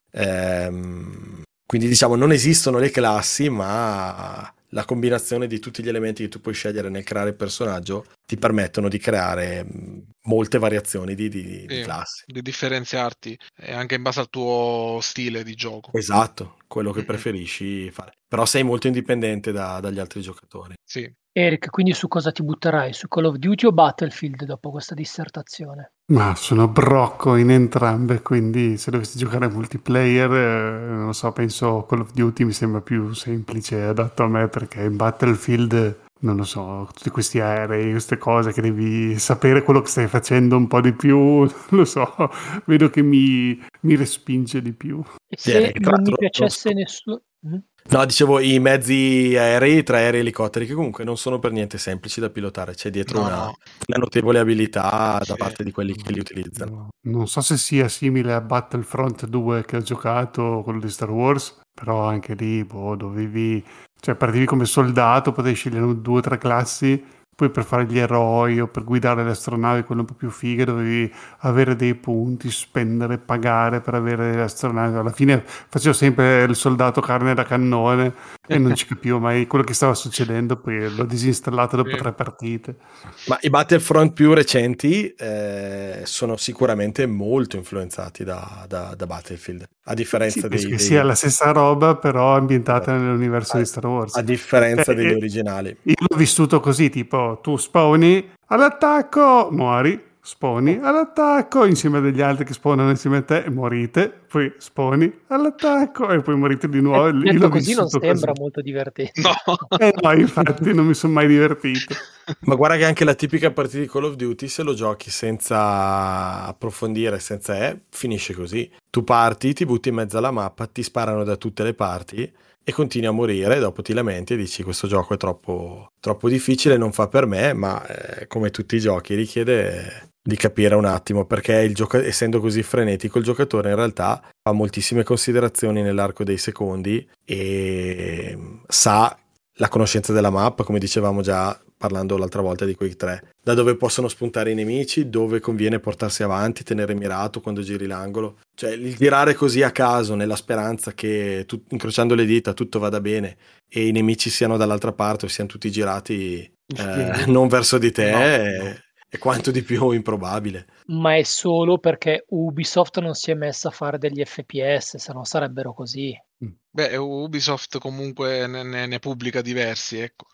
Ehm, quindi diciamo non esistono le classi, ma la combinazione di tutti gli elementi che tu puoi scegliere nel creare il personaggio ti permettono di creare mh, molte variazioni di, di- di Sì, classi. di differenziarti e anche in base al tuo stile di gioco. Esatto, quello che Mhm. preferisci fare. Però sei molto indipendente da- dagli altri giocatori. Sì. Eric, quindi su cosa ti butterai? Su Call of Duty o Battlefield dopo questa dissertazione? Ma sono brocco in entrambe, quindi se dovessi giocare a multiplayer, eh, non lo so, penso Call of Duty mi sembra più semplice e adatto a me, perché in Battlefield, non lo so, tutti questi aerei, queste cose che devi sapere quello che stai facendo un po' di più, non lo so, vedo che mi, mi respinge di più. E Direi se che tra non mi l'altro non piacesse so- nessuno... No, dicevo i mezzi aerei, tra aerei e elicotteri, che comunque non sono per niente semplici da pilotare, c'è dietro No, una, no. una notevole abilità da Sì. parte di quelli che li utilizzano. No, non so se sia simile a Battlefront due che ho giocato, quello di Star Wars, però anche lì, boh, dovevi, cioè partivi come soldato, potevi scegliere due o tre classi, Poi per fare gli eroi o per guidare le astronavi, quello un po' più fighe, dovevi avere dei punti, spendere, pagare per avere le astronavi. Alla fine facevo sempre il soldato carne da cannone e non ci capivo mai quello che stava succedendo, poi l'ho disinstallato dopo tre partite. Ma i Battlefront più recenti eh, sono sicuramente molto influenzati da, da, da Battlefield, a differenza Sì, dei, penso che dei... sia la stessa roba, però ambientata nell'universo a, di Star Wars. a differenza Cioè, degli eh, originali. Io l'ho vissuto così, tipo tu spawni all'attacco, muori, spawni all'attacco insieme a degli altri che spawnano insieme a te e morite, poi spawni all'attacco e poi morite di nuovo. Io Detto l'ho così non vissuto sembra così. molto divertente. No. Eh no, infatti non mi sono mai divertito. Ma guarda che anche la tipica partita di Call of Duty, se lo giochi senza approfondire, senza eh, finisce così. Tu parti, ti butti in mezzo alla mappa, ti sparano da tutte le parti e continui a morire, dopo ti lamenti e dici questo gioco è troppo, troppo difficile, non fa per me, ma eh, come tutti i giochi richiede di capire un attimo, perché il gioco, essendo così frenetico, il giocatore in realtà fa moltissime considerazioni nell'arco dei secondi e sa la conoscenza della mappa, come dicevamo già parlando l'altra volta di Quake tre, da dove possono spuntare i nemici, dove conviene portarsi avanti, tenere mirato quando giri l'angolo, cioè il girare così a caso nella speranza che tu, incrociando le dita tutto vada bene e i nemici siano dall'altra parte o siano tutti girati eh, non verso di te No, è, no. è quanto di più improbabile. Ma è solo perché Ubisoft non si è messa a fare degli F P S, se no sarebbero così. Beh, Ubisoft comunque ne, ne- ne pubblica diversi, ecco.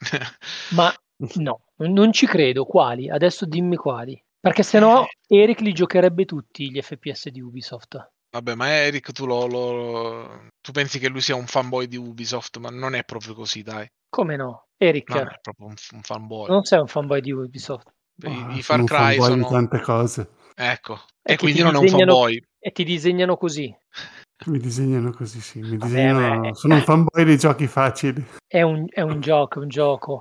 Ma no, non ci credo. Quali? Adesso dimmi quali. Perché se no Eric li giocherebbe tutti gli F P S di Ubisoft. Vabbè, ma Eric, tu, lo, lo- tu pensi che lui sia un fanboy di Ubisoft, ma non è proprio così, dai. Come no? Eric, Non è proprio un, un fanboy. non sei un fanboy di Ubisoft. I, Ah, i sono Far un Cry fanboy di sono... tante cose. Ecco, E e che ti quindi non è un disegnano, fanboy. e ti disegnano così. Mi disegnano così, sì. Mi Vabbè, disegnano... ma è, Sono un fanboy dei giochi facili. è un, è un gioco, è un gioco.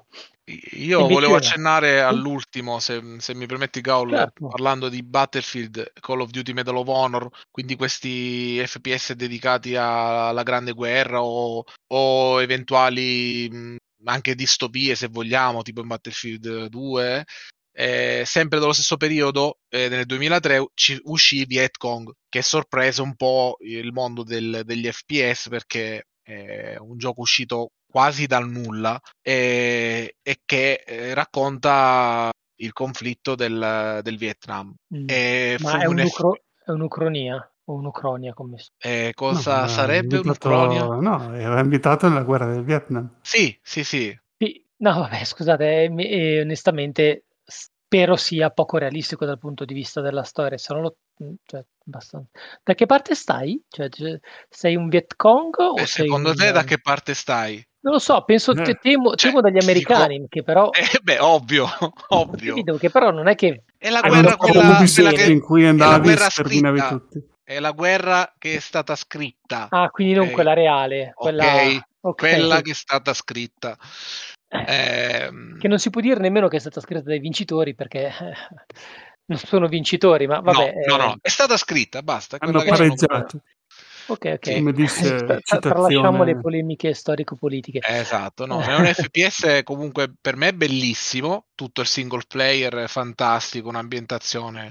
Io Invece- volevo accennare all'ultimo, se, se mi permetti, Gaul, Certo. parlando di Battlefield, Call of Duty Medal of Honor, quindi questi F P S dedicati a- alla Grande Guerra o, o eventuali mh, anche distopie, se vogliamo, tipo in Battlefield due. Eh, sempre dello stesso periodo, eh, nel duemilatré ci uscì Vietcong, che sorprese un po' il mondo del- degli F P S perché è un gioco uscito quasi dal nulla e, e che eh, racconta il conflitto del, del Vietnam. Mm. E fu Ma è, un F- un'ucro- è un'ucronia o un'ucronia commesso. eh, No, cosa era sarebbe ambientato... un'ucronia? no, era ambientato nella guerra del Vietnam. Sì, sì, sì. Sì, no, vabbè, scusate, eh, mi- eh, onestamente spero sia poco realistico dal punto di vista della storia, se non lo... mm, cioè, abbastanza. Da che parte stai? Cioè, cioè, sei un Vietcong o Beh, sei secondo un... te da che parte stai? Non lo so, penso, Eh. te- temo, Cioè, temo dagli ti dico- americani, che però... Eh, beh, ovvio, ovvio. Capito? Che però non è che... È la Era guerra un po' quella, Ubisoft quella che in cui è la andavi e guerra sterminavi scritta. tutti. È la guerra che è stata scritta. Ah, quindi non ok? quella reale, quella... Ok, ok. quella che è stata scritta. Eh, Ehm, Che non si può dire nemmeno che è stata scritta dai vincitori, perché eh, non sono vincitori, ma no, vabbè... no, no, eh, è stata scritta, basta. Hanno Quella che sono... pareggiato. Ok, ok. Sì. Come disse, Tra- tra- citazione... Tralasciamo le polemiche storico-politiche. Esatto, no, è un F P S comunque per me bellissimo, tutto il single player è fantastico, un'ambientazione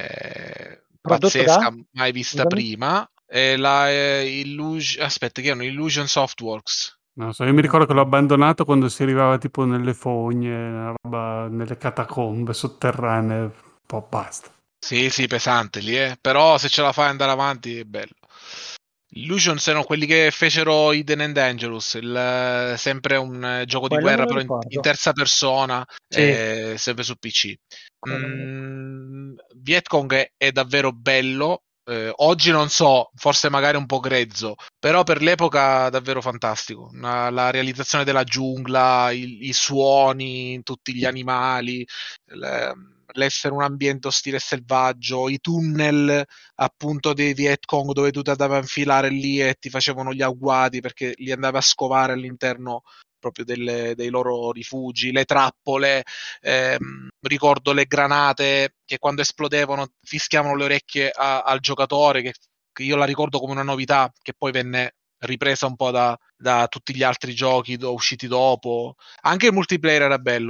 eh, Prodotto da? pazzesca, mai vista Scusami? prima. E la eh, Illus- aspetta, che erano Illusion Softworks. Non so, io mi ricordo che l'ho abbandonato quando si arrivava tipo nelle fogne, una roba, nelle catacombe sotterranee, un po' basta. Sì, sì, pesante lì, eh. Però se ce la fai andare avanti è bello. Illusions erano quelli che fecero Hidden and Dangerous, il, eh, sempre un eh, gioco di Quello me guerra lo però in, ricordo. in terza persona, Sì. eh, sempre su P C. Quello me lo Mm, Vietcong è, è davvero bello. Eh, oggi non so, forse magari un po' grezzo, però per l'epoca davvero fantastico. Una- la realizzazione della giungla, i, i suoni, tutti gli animali, le- l'essere un ambiente ostile e selvaggio, i tunnel appunto dei Vietcong dove tu ti andavi a infilare lì e ti facevano gli agguati perché li andavi a scovare all'interno proprio delle- dei loro rifugi, le trappole, ehm, ricordo le granate che quando esplodevano fischiavano le orecchie a- al giocatore, che, che io la ricordo come una novità che poi venne ripresa un po' da, da tutti gli altri giochi do- usciti dopo. Anche il multiplayer era bello.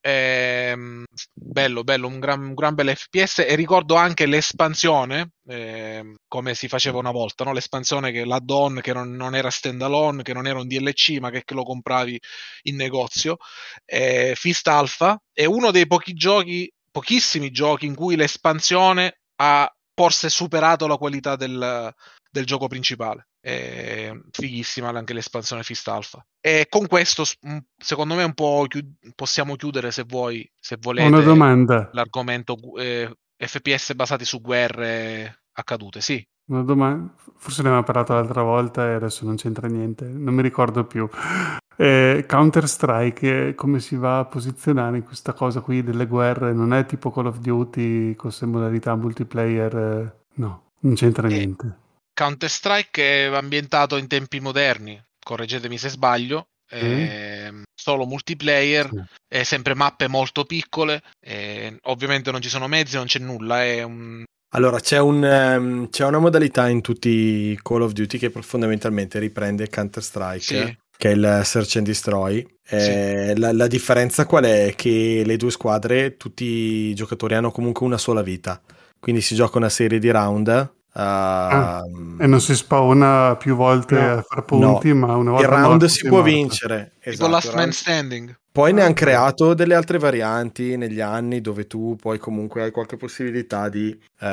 Ehm, bello, bello, un gran, un gran bel F P S. E ricordo anche l'espansione, ehm, come si faceva una volta, no? L'espansione che l'add-on che non, non era standalone, che non era un D L C, ma che, che lo compravi in negozio. Eh, Fist Alpha è uno dei pochi giochi, pochissimi giochi in cui l'espansione ha forse superato la qualità del, del gioco principale. È fighissima anche l'espansione Fist Alpha. E con questo, s- m, secondo me, un po' chiu- possiamo chiudere, se vuoi, se Ho una volete, domanda. l'argomento gu- eh, F P S basati su guerre accadute. Sì, Una domanda. Forse ne avevamo parlato l'altra volta e adesso non c'entra niente, non mi ricordo più. Eh, Counter-Strike, eh, come si va a posizionare in questa cosa qui delle guerre? Non è tipo Call of Duty con queste modalità multiplayer? eh, No, non c'entra e niente. Counter-Strike è ambientato in tempi moderni, correggetemi se sbaglio, Sì? ehm, solo multiplayer, Sì. è sempre mappe molto piccole, e ovviamente non ci sono mezzi, non c'è nulla, è un... Allora, c'è, un, ehm, c'è una modalità in tutti i Call of Duty che fondamentalmente riprende Counter-Strike, Sì, che è il Search and Destroy. sì. Eh, la, la differenza qual è? Che le due squadre, tutti i giocatori hanno comunque una sola vita, quindi si gioca una serie di round. Ah, ehm, e non si spawna più volte No, a far no, punti, ma una il volta round morto si sei può morto. vincere, tipo esatto. Last il Man round- Standing. Poi ne Ah, hanno ok. creato delle altre varianti negli anni dove tu poi comunque hai qualche possibilità di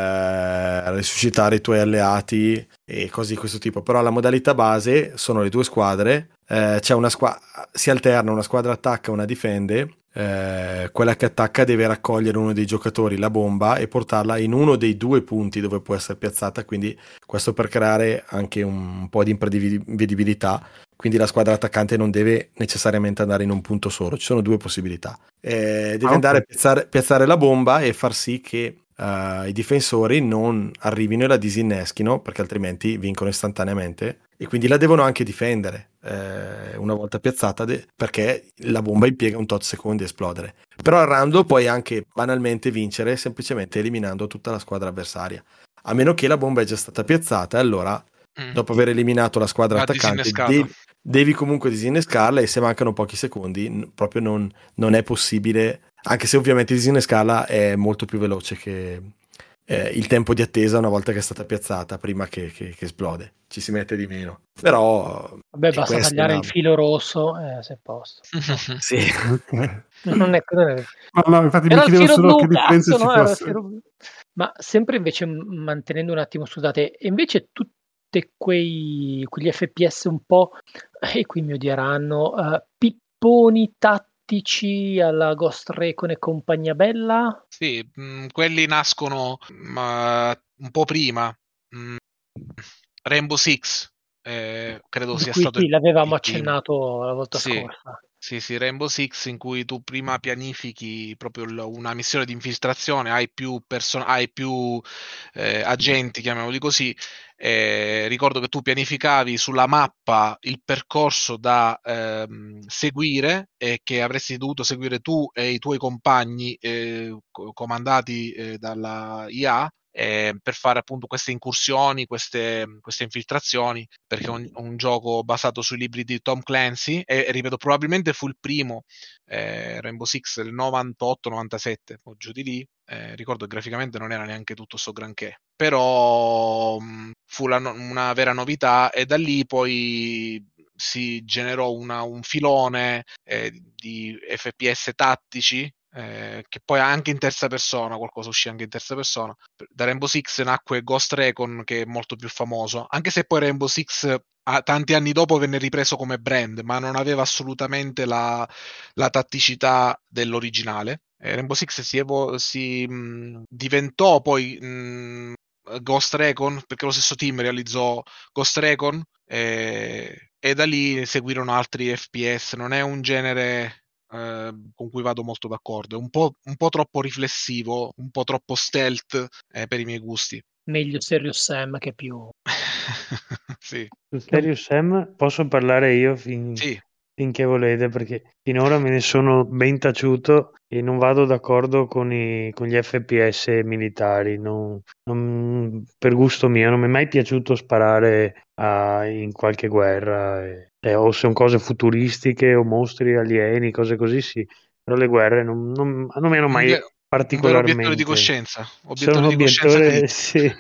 eh, risuscitare i tuoi alleati e cose di questo tipo. Però la modalità base sono le due squadre, eh, c'è una squadra, si alterna, una squadra attacca, una difende. Eh, quella che attacca deve raccogliere uno dei giocatori la bomba e portarla in uno dei due punti dove può essere piazzata, quindi questo per creare anche un po' di imprevedibilità. Quindi la squadra attaccante non deve necessariamente andare in un punto solo, ci sono due possibilità. Eh, deve Ah, andare a ok. piazzare, piazzare la bomba e far sì che eh, i difensori non arrivino e la disinneschino, perché altrimenti vincono istantaneamente. E quindi la devono anche difendere eh, una volta piazzata, de- perché la bomba impiega un tot secondi a esplodere. Però al round puoi anche banalmente vincere semplicemente eliminando tutta la squadra avversaria. A meno che la bomba è già stata piazzata, e allora Mm. dopo aver eliminato la squadra Va attaccante disinnescata. devi, devi comunque disinnescarla, e se mancano pochi secondi n- proprio non, non è possibile, anche se ovviamente disinnescarla è molto più veloce che eh, il tempo di attesa una volta che è stata piazzata, prima che, che- che esplode, ci si mette di meno, però Vabbè, è basta questo tagliare la... il filo rosso e sei a posto. No, Sì. Ok. non è, non è- No, no, infatti mi Era il chiedevo filo solo blu, che differenza cazzo, ci no? Era il fosse. filo blu. Ma sempre invece m- mantenendo un attimo, scusate, e invece tutti quei, quegli F P S un po', e qui mi odieranno, eh, pipponi tattici alla Ghost Recon e compagnia bella? Sì, mh, quelli nascono ma, un po' prima. Mh, Rainbow Six, eh, credo Di sia cui stato sì, il, il l'avevamo primo. accennato la volta Sì, scorsa. sì, sì, Rainbow Six, in cui tu prima pianifichi proprio il- una missione di infiltrazione, hai più, perso- hai più eh, agenti, chiamiamoli così. Eh, ricordo che tu pianificavi sulla mappa il percorso da ehm, seguire, e che avresti dovuto seguire tu e i tuoi compagni eh, co- comandati eh, dalla I A, eh, per fare appunto queste incursioni, queste, queste infiltrazioni, perché è un, un gioco basato sui libri di Tom Clancy, e, e ripeto, probabilmente fu il primo, eh, Rainbow Six del novantotto novantasette, o giù di lì. Eh, ricordo che graficamente non era neanche tutto so granché, però mh, fu la no- una vera novità, e da lì poi si generò una- un filone eh, di F P S tattici, eh, che poi anche in terza persona, qualcosa uscì anche in terza persona. Da Rainbow Six nacque Ghost Recon, che è molto più famoso, anche se poi Rainbow Six a- tanti anni dopo venne ripreso come brand, ma non aveva assolutamente la, la tatticità dell'originale. Eh, Rainbow Six si, evo- si mh, diventò poi mh, Ghost Recon, perché lo stesso team realizzò Ghost Recon, eh, e da lì seguirono altri F P S. Non è un genere eh, con cui vado molto d'accordo, è un po', un po' troppo riflessivo, un po' troppo stealth eh, per i miei gusti. Meglio Serious Sam che più... Sì, Su Serious Sam posso parlare io fin- sì, finché volete, perché finora me ne sono ben taciuto e non vado d'accordo con, i- con gli F P S militari. non- non- per gusto mio, non mi è mai piaciuto sparare a- in qualche guerra. e- eh, o sono cose futuristiche o mostri alieni, cose così, sì. però le guerre non, non, non mi hanno Un, mai ve- un vero obiettore di particolarmente. coscienza. Obiettore Sono di coscienza obiettore, critica. sì.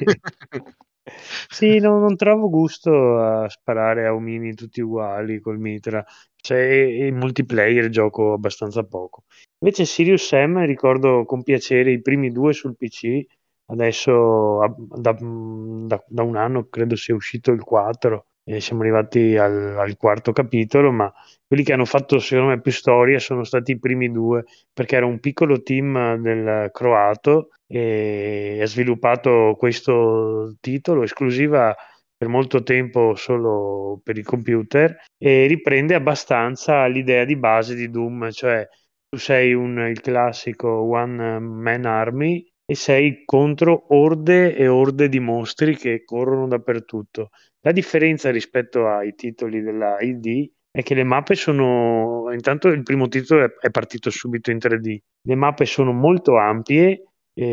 Sì, no, non trovo gusto a sparare a omini tutti uguali col mitra. Cioè, e- e in multiplayer gioco abbastanza poco. Invece Sirius Sam ricordo con piacere i primi due sul P C. Adesso a- da, da- da un anno credo sia uscito il quattro e siamo arrivati al, al quarto capitolo, ma quelli che hanno fatto secondo me più storia sono stati i primi due, perché era un piccolo team del croato e ha sviluppato questo titolo esclusiva per molto tempo solo per il computer e riprende abbastanza l'idea di base di Doom, cioè tu sei un, il classico one man army e sei contro orde e orde di mostri che corrono dappertutto. La differenza rispetto ai titoli della I D è che le mappe sono, intanto il primo titolo è, è partito subito in tre D, le mappe sono molto ampie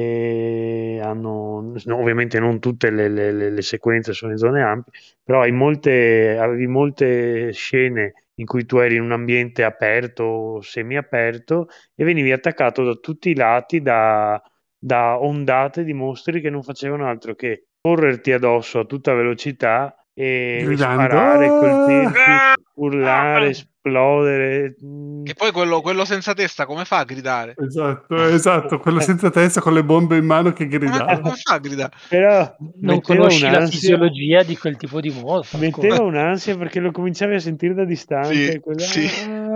e hanno, no, ovviamente non tutte le, le- le- le sequenze sono in zone ampie, però hai molte, avevi molte scene in cui tu eri in un ambiente aperto o semiaperto e venivi attaccato da tutti i lati da, da ondate di mostri che non facevano altro che correrti addosso a tutta velocità e, e Gridando. sparare, colpirti, Ah! urlare, esplodere. mm. Che poi quello, quello senza testa come fa a gridare? Esatto, esatto, quello senza testa con le bombe in mano che Come, gridava. come fa a gridare? Però Non metteva conosci la un'ansia, fisiologia di quel tipo di mostro. metteva scusa. un'ansia perché lo cominciavi a sentire da distante. Sì, quella- sì.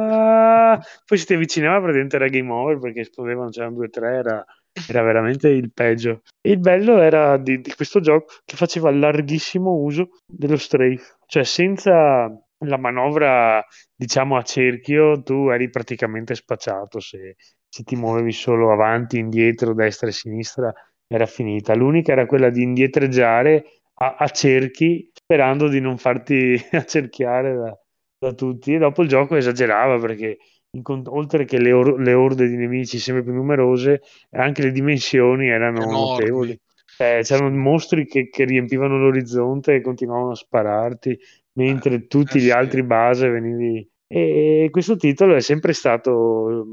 Ah! Poi si ti avvicinava, praticamente era game over perché esplodevano, c'erano due o tre, era, era veramente il peggio. E il bello era di, di questo gioco che faceva larghissimo uso dello strafe, cioè senza la manovra, diciamo, a cerchio, tu eri praticamente spacciato se, se ti muovevi solo avanti, indietro, destra e sinistra, era finita. L'unica era quella di indietreggiare a, a cerchi sperando di non farti accerchiare da, da tutti. E dopo il gioco esagerava perché incont- oltre che le, or- le orde di nemici sempre più numerose, anche le dimensioni erano Enormi. notevoli. Eh, c'erano mostri che, che riempivano l'orizzonte e continuavano a spararti, mentre tutti Eh gli sì. altri base venivi. E questo titolo è sempre stato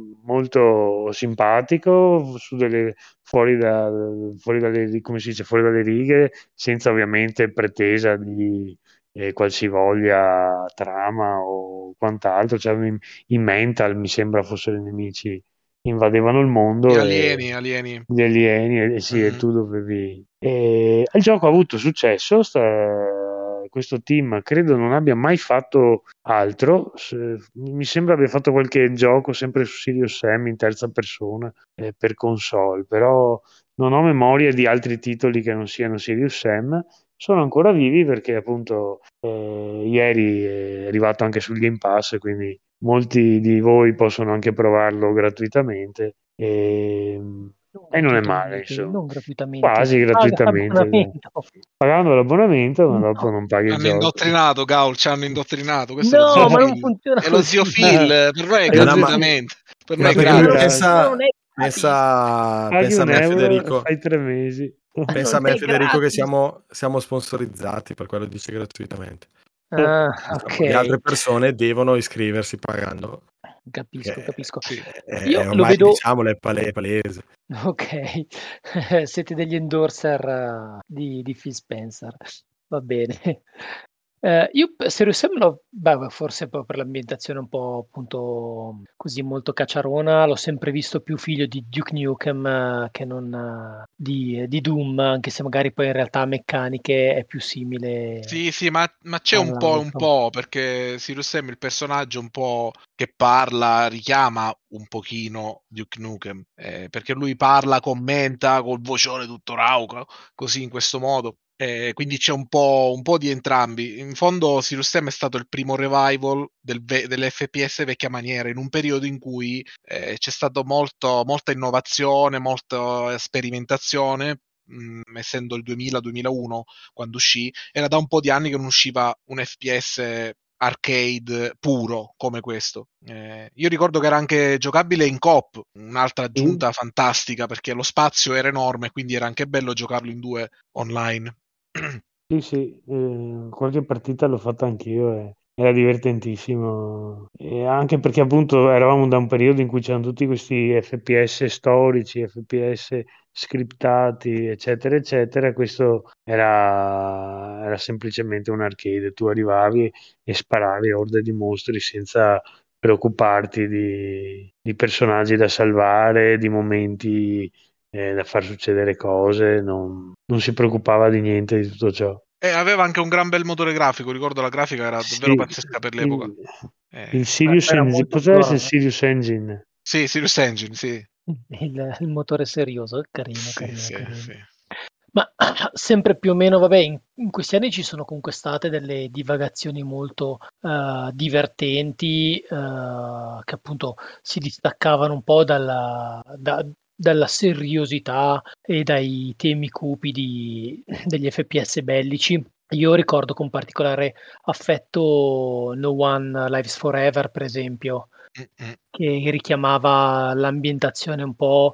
molto simpatico, su delle, fuori, da, fuori dalle, come si dice, fuori dalle righe, senza ovviamente pretesa di eh, qualsivoglia trama o quant'altro. Cioè, in, in Mental mi sembra fossero i nemici invadevano il Gli mondo alieni, e alieni. gli alieni e, e sì, e Mhm. tu dovevi. E il gioco ha avuto successo. sta- questo team credo non abbia mai fatto altro. Se- mi sembra abbia fatto qualche gioco sempre su Sirius Sam in terza persona eh, per console, però non ho memoria di altri titoli che non siano Sirius Sam. Sono ancora vivi perché appunto eh, ieri è arrivato anche sul Game Pass, quindi molti di voi possono anche provarlo gratuitamente e, Non e non è male, gratuitamente, insomma. non gratuitamente. Quasi Si paga gratuitamente, dai. l'abbonamento. Pagando l'abbonamento, ma dopo No, non paghi il Hanno gioco. indottrinato, Gaul, ci hanno indottrinato. Questo è lo no, zio ma non Phil. funziona È lo zio così. Phil, per noi è È lo No, ma- gratuitamente. Per È noi Ma è perché vero, lui gratis. grazie. Ma pensa, non è gratis. pensa, Paghi pensa a un me euro e Federico, fai tre mesi. Ma pensa a non me è Federico che gratis. siamo, siamo sponsorizzati, per quello dice gratuitamente. Ah, Diciamo, le altre ok. persone devono iscriversi pagando. Capisco, Che capisco. Sì. è, Io è lo ormai, vedo. diciamolo, è pale- palese. Ok, siete degli endorser eh, di, di Phil Spencer. Va bene. Eh, io p- Serious Sam l'ho, beh, forse poi per l'ambientazione un po' appunto così molto cacciarona, l'ho sempre visto più figlio di Duke Nukem eh, che non eh, di, di Doom, anche se magari poi in realtà a meccaniche è più simile Sì, sì, ma, ma c'è un po' e un all'altro. po', perché Sirius Sam, il personaggio un po' che parla, richiama un pochino Duke Nukem, eh, perché lui parla, commenta col vocione tutto rauco, così in questo modo. Eh, quindi c'è un po', un po' di entrambi. In fondo Sirius Sam è stato il primo revival del ve- dell'F P S vecchia maniera, in un periodo in cui eh, c'è stato molto, molta innovazione, molta sperimentazione, mh, essendo il duemila-duemilauno quando uscì, era da un po' di anni che non usciva un F P S arcade puro come questo. Eh, io ricordo che era anche giocabile in coop, un'altra Sì, aggiunta fantastica perché lo spazio era enorme, quindi era anche bello giocarlo in due online. sì, sì, eh, qualche partita l'ho fatta anch'io e era divertentissimo, e anche perché appunto eravamo da un periodo in cui c'erano tutti questi F P S storici, F P S scriptati, eccetera, eccetera. Questo era, era semplicemente un arcade, tu arrivavi e sparavi orde di mostri senza preoccuparti di, di personaggi da salvare, di momenti eh, da far succedere cose, non, non si preoccupava di niente di tutto ciò. E aveva anche un gran bel motore grafico, ricordo la grafica era davvero Sì, pazzesca per l'epoca. il, Eh, il Sirius era Engine, molto poteva essere il più- Sirius Engine. sì, Sirius Engine, sì. il, il motore serioso, carino, Sì, carino, sì, carino. sì. Ma sempre più o meno, vabbè, in, in questi anni ci sono comunque state delle divagazioni molto eh, divertenti, eh, che appunto si distaccavano un po' dalla, da- dalla seriosità e dai temi cupi di- degli F P S bellici. Io ricordo con particolare affetto No One Lives Forever, per esempio, Mm-mm. che richiamava l'ambientazione un po'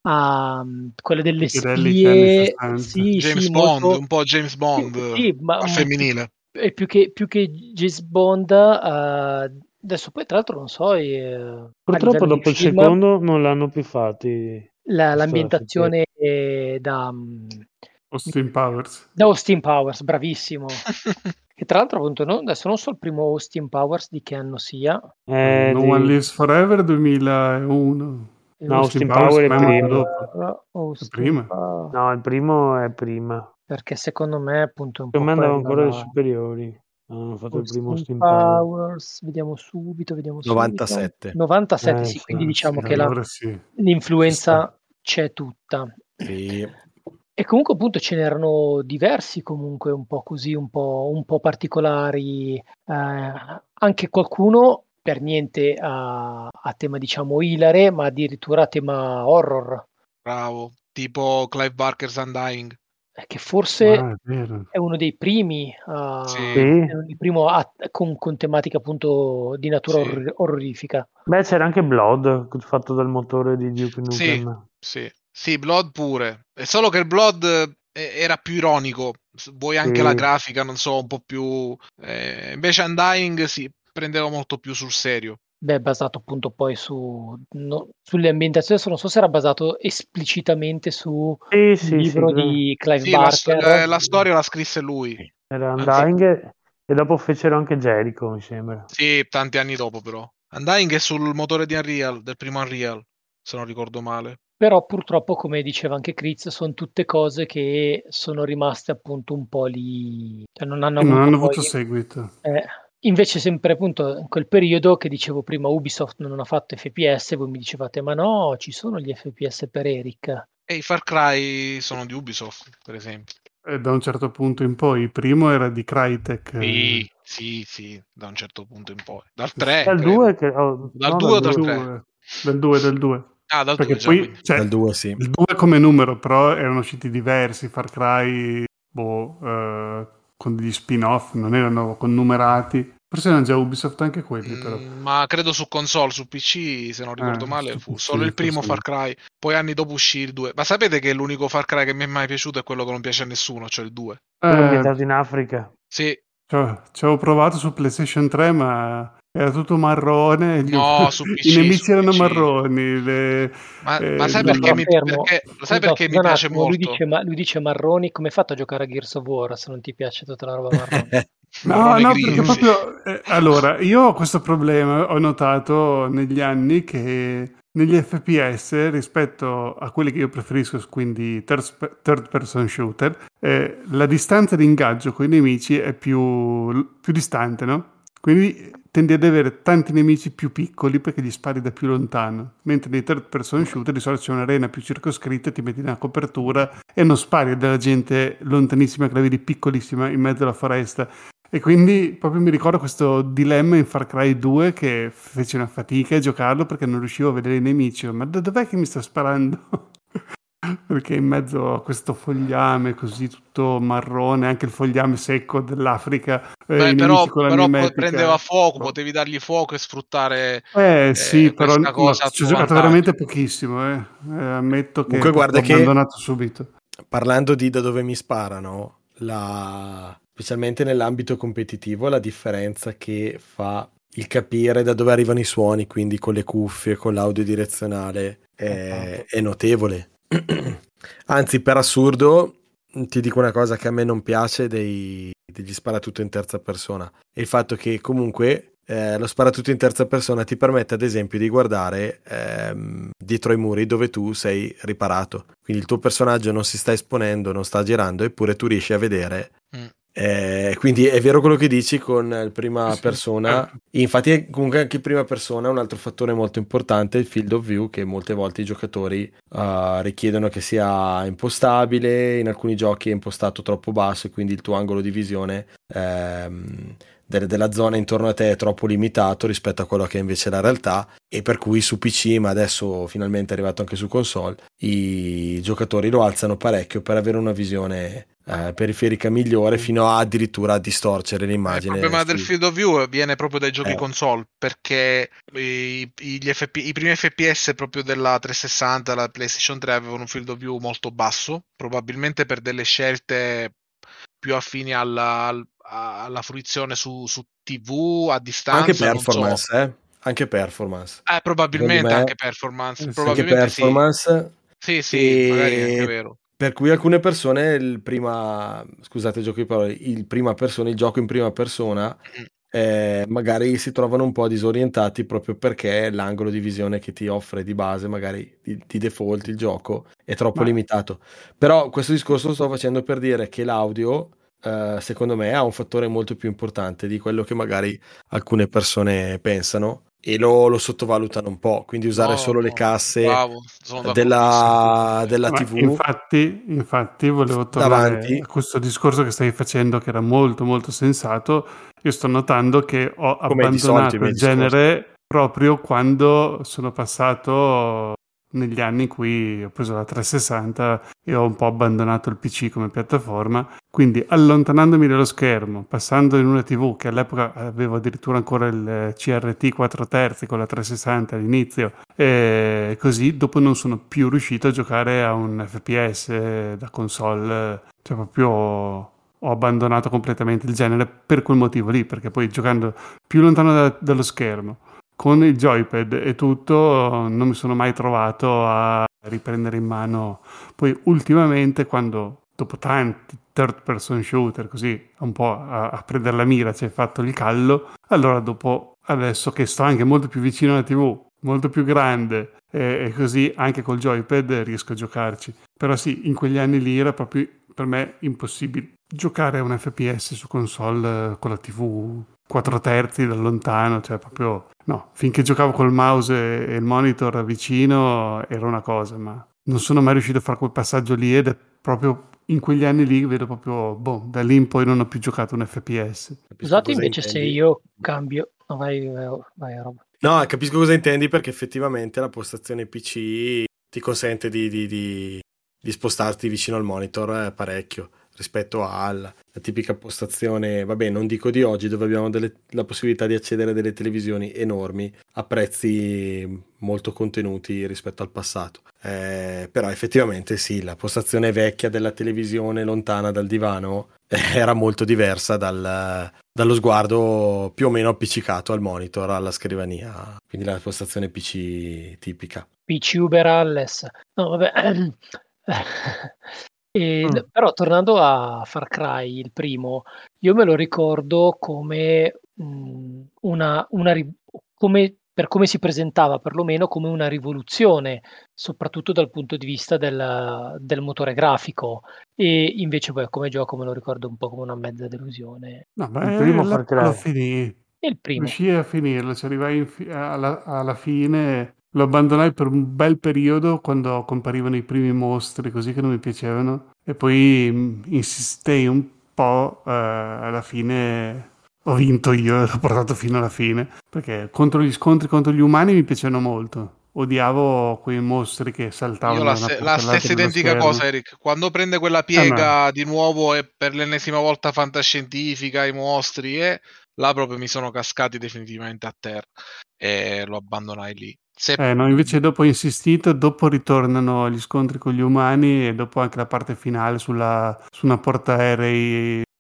a mm, quelle delle Pipistrelli che anni spie, sessanta. sì, James sì, Bond, molto, un po' James Bond sì, sì, ma al un- femminile. e più che, più che James Bond, eh, adesso poi tra l'altro non so, eh, a Purtroppo livello di dopo il film, secondo non l'hanno più fatti. la- questo F P S. l'ambientazione è da, mm, Austin Powers. da Austin Powers, bravissimo. Che tra l'altro appunto no, adesso non so il primo Austin Powers di che anno sia. Eh, No di- One Lives Forever duemilauno. E No, Austin Austin Powers Power è per me è molto prima. dopo. Power, È Austin prima. Power. No, il primo è prima. Perché secondo me appunto è un Per po' me andava quella ancora alle la superiori. Hanno fatto il primo Austin Austin Power. Powers, vediamo subito, vediamo subito. novantasette. novantasette, Eh, sì, sì. quindi Ah, diciamo sì, che la- allora sì. Ci sta. l'influenza c'è tutta. Sì. E comunque appunto ce n'erano diversi comunque un po' così, un po', un po' particolari, eh, anche qualcuno per niente a, a tema diciamo ilare, ma addirittura a tema horror, Bravo, tipo Clive Barker's Undying. eh, che forse Ah, è vero. è uno dei primi, a- Sì. Sì. è il primo a- con, con tematica appunto di natura Sì. orror- orrorifica. Beh, c'era anche Blood, fatto dal motore di Duke Sì, Nukem. sì, sì, Blood pure. È solo che il Blood eh, era più ironico. S- Vuoi anche Sì. la grafica, non so, un po' più. eh, invece Undying si prendeva molto più sul serio. Beh, basato appunto poi su, no- sulle ambientazioni, adesso non so se era basato esplicitamente su Sì, un sì, sì, libro credo. di Clive Sì, la, sto- Barker. la- la storia la scrisse lui. Era Anzi, Undying e- e dopo fecero anche Jericho, mi sembra. sì, tanti anni dopo però. Undying è sul motore di Unreal, del primo Unreal, se non ricordo male. Però purtroppo, come diceva anche Chris, sono tutte cose che sono rimaste appunto un po' lì, cioè non hanno E non avuto hanno poi... avuto seguito. eh, invece sempre appunto in quel periodo che dicevo prima Ubisoft non ha fatto F P S, voi mi dicevate ma no, ci sono gli F P S per Eric. E i Far Cry sono di Ubisoft, per esempio. E da un certo punto in poi, il primo era di Crytek. Sì, eh, sì, sì, da un certo punto in poi. Dal tre, Dal credo. due, che, oh, Dal no, due o dal dal due. tre? due, del due, del due. Ah, dal Perché due già, poi, quindi. cioè, Dal due, sì. il due come numero, però erano usciti diversi, Far Cry, boh, eh, con degli spin-off, non erano connumerati. Forse erano già Ubisoft anche quelli, però. Mm, ma credo su console, su P C, se non ricordo Eh, male, su fu P C, solo il primo forse Far Cry. Poi anni dopo uscì il due. Ma sapete che l'unico Far Cry che mi è mai piaciuto è quello che non piace a nessuno, cioè il due. Quello Eh, ambientato in Africa. Sì, cioè, ci avevo provato su PlayStation tre, ma era tutto marrone. gli- no, su P C, I nemici su erano P C. marroni. le- Ma, eh, ma sai il- No, perché però mi, fermo. perché, lo sai Scusa, perché scusa mi un piace attimo, lui molto? dice, ma, lui dice marroni, come hai fatto a giocare a Gears of War se non ti piace tutta la roba marrone? No, Marrone no, grigi. perché proprio... eh, allora, io ho questo problema, ho notato negli anni che negli F P S, rispetto a quelli che io preferisco, quindi third, third person shooter, eh, la distanza di ingaggio con i nemici è più, più distante, no? Quindi tendi ad avere tanti nemici più piccoli perché gli spari da più lontano, mentre nei third person shooter di solito c'è un'arena più circoscritta, ti metti nella copertura e non spari della gente lontanissima che la vedi piccolissima in mezzo alla foresta. E quindi proprio mi ricordo questo dilemma in Far Cry due che fece una fatica a giocarlo perché non riuscivo a vedere i nemici. Ma da dov'è che mi sta sparando? Perché in mezzo a questo fogliame così tutto marrone, anche il fogliame secco dell'Africa, eh, Beh, i però, nemici con la però poi mimetica. prendeva fuoco, Boh. potevi dargli fuoco e sfruttare Eh eh, sì, però questa no, cosa a ci ho tuo giocato vantaggio. veramente pochissimo, eh. Eh, ammetto che Comunque proprio guarda ho che- abbandonato subito. Parlando di da dove mi sparano, la... specialmente nell'ambito competitivo, la differenza che fa il capire da dove arrivano i suoni, quindi con le cuffie, con l'audio direzionale, è, è notevole. Anzi, per assurdo, ti dico una cosa che a me non piace dei, degli sparatutto in terza persona, è il fatto che comunque eh, lo sparatutto in terza persona ti permette ad esempio di guardare ehm, dietro ai muri dove tu sei riparato, quindi il tuo personaggio non si sta esponendo, non sta girando, eppure tu riesci a vedere. Mm. Eh, quindi è vero quello che dici con il prima Sì. persona. Infatti è comunque anche in prima persona un altro fattore molto importante, il field of view, che molte volte i giocatori uh, richiedono che sia impostabile, in alcuni giochi è impostato troppo basso e quindi il tuo angolo di visione ehm, de- della zona intorno a te è troppo limitato rispetto a quello che è invece la realtà, e per cui su P C, ma adesso finalmente è arrivato anche su console, i giocatori lo alzano parecchio per avere una visione Eh, periferica migliore, fino a addirittura a distorcere l'immagine. Il problema su... del field of view viene proprio dai giochi Eh. console, perché i, gli F P, i primi F P S proprio della trecentosessanta, la PlayStation tre avevano un field of view molto basso, probabilmente per delle scelte più affini alla, al- alla fruizione su, su T V a distanza. Anche non so. performance, eh? Anche performance. Eh, probabilmente me, anche performance. eh sì. Anche Probabilmente performance. sì. Sì, sì, magari è anche E vero. per cui alcune persone il prima, scusate, gioco di parole, il prima persona, il gioco in prima persona, Mm. eh, magari si trovano un po' disorientati proprio perché l'angolo di visione che ti offre di base, magari di, di default, il gioco è troppo Ma- limitato. Però questo discorso lo sto facendo per dire che l'audio, eh, secondo me, ha un fattore molto più importante di quello che magari alcune persone pensano e lo, lo sottovalutano un po'. Quindi usare No, solo le no, casse bravo, sono d'accordissimo. della, della Ma T V infatti, infatti volevo tornare davanti. a questo discorso che stavi facendo, che era molto molto sensato. Io sto notando che ho Come di solito i abbandonato miei il discorsi. genere proprio quando sono passato negli anni in cui ho preso la trecentosessanta e ho un po' abbandonato il P C come piattaforma. Quindi allontanandomi dallo schermo, passando in una T V che all'epoca avevo addirittura ancora il C R T quattro terzi con la trecentosessanta all'inizio, e così dopo non sono più riuscito a giocare a un F P S da console, cioè proprio ho abbandonato completamente il genere per quel motivo lì, perché poi giocando più lontano da- dallo schermo con il joypad e tutto non mi sono mai trovato a riprendere in mano. Poi ultimamente, quando dopo tanti third person shooter così un po' a, a prendere la mira ci hai fatto il callo, allora dopo, adesso che sto anche molto più vicino alla T V, molto più grande e, e così anche col joypad riesco a giocarci. Però sì, in quegli anni lì era proprio per me impossibile giocare a un F P S su console eh, con la T V quattro terzi da lontano, cioè proprio no, finché giocavo col mouse e il monitor vicino era una cosa, ma non sono mai riuscito a fare quel passaggio lì ed è proprio in quegli anni lì vedo proprio, boh, da lì in poi non ho più giocato un F P S. Capisco Scusate cosa invece se intendi. io cambio. No, vai, vai, vai, Rob. No, capisco cosa intendi, perché effettivamente la postazione P C ti consente di, di- di- di spostarti vicino al monitor eh, parecchio rispetto alla la tipica postazione, vabbè, non dico di oggi, dove abbiamo delle- la possibilità di accedere a delle televisioni enormi a prezzi molto contenuti rispetto al passato. Eh, però effettivamente sì, la postazione vecchia della televisione lontana dal divano eh, era molto diversa dal, dallo sguardo più o meno appiccicato al monitor, alla scrivania, quindi la postazione P C tipica. P C Uber Alles. No, vabbè. E, Mm. Però tornando a Far Cry, il primo, io me lo ricordo come mh, una, una ri- come, per come si presentava, perlomeno come una rivoluzione, soprattutto dal punto di vista del, del motore grafico. E invece poi come gioco me lo ricordo un po' come una mezza delusione. No, Il beh, primo Far all'epoca lo Cry. finì, E il primo. riuscii a finirlo, ci arrivai in fi- alla, alla fine, lo abbandonai per un bel periodo quando comparivano i primi mostri, così che non mi piacevano, e poi mm, insistei un po', eh, alla fine ho vinto io e l'ho portato fino alla fine, perché contro gli scontri contro gli umani mi piacevano molto. Odiavo quei mostri che Io saltavano la, da una se- parte la all'altra stessa dello identica schermo. cosa, Eric. Quando prende quella Eh, ma- piega di nuovo e per l'ennesima volta fantascientifica, i mostri, e là proprio mi sono cascati definitivamente a terra e lo abbandonai lì. Se... Eh, no, invece dopo ho insistito, dopo ritornano gli scontri con gli umani e dopo anche la parte finale sulla, su una portaerei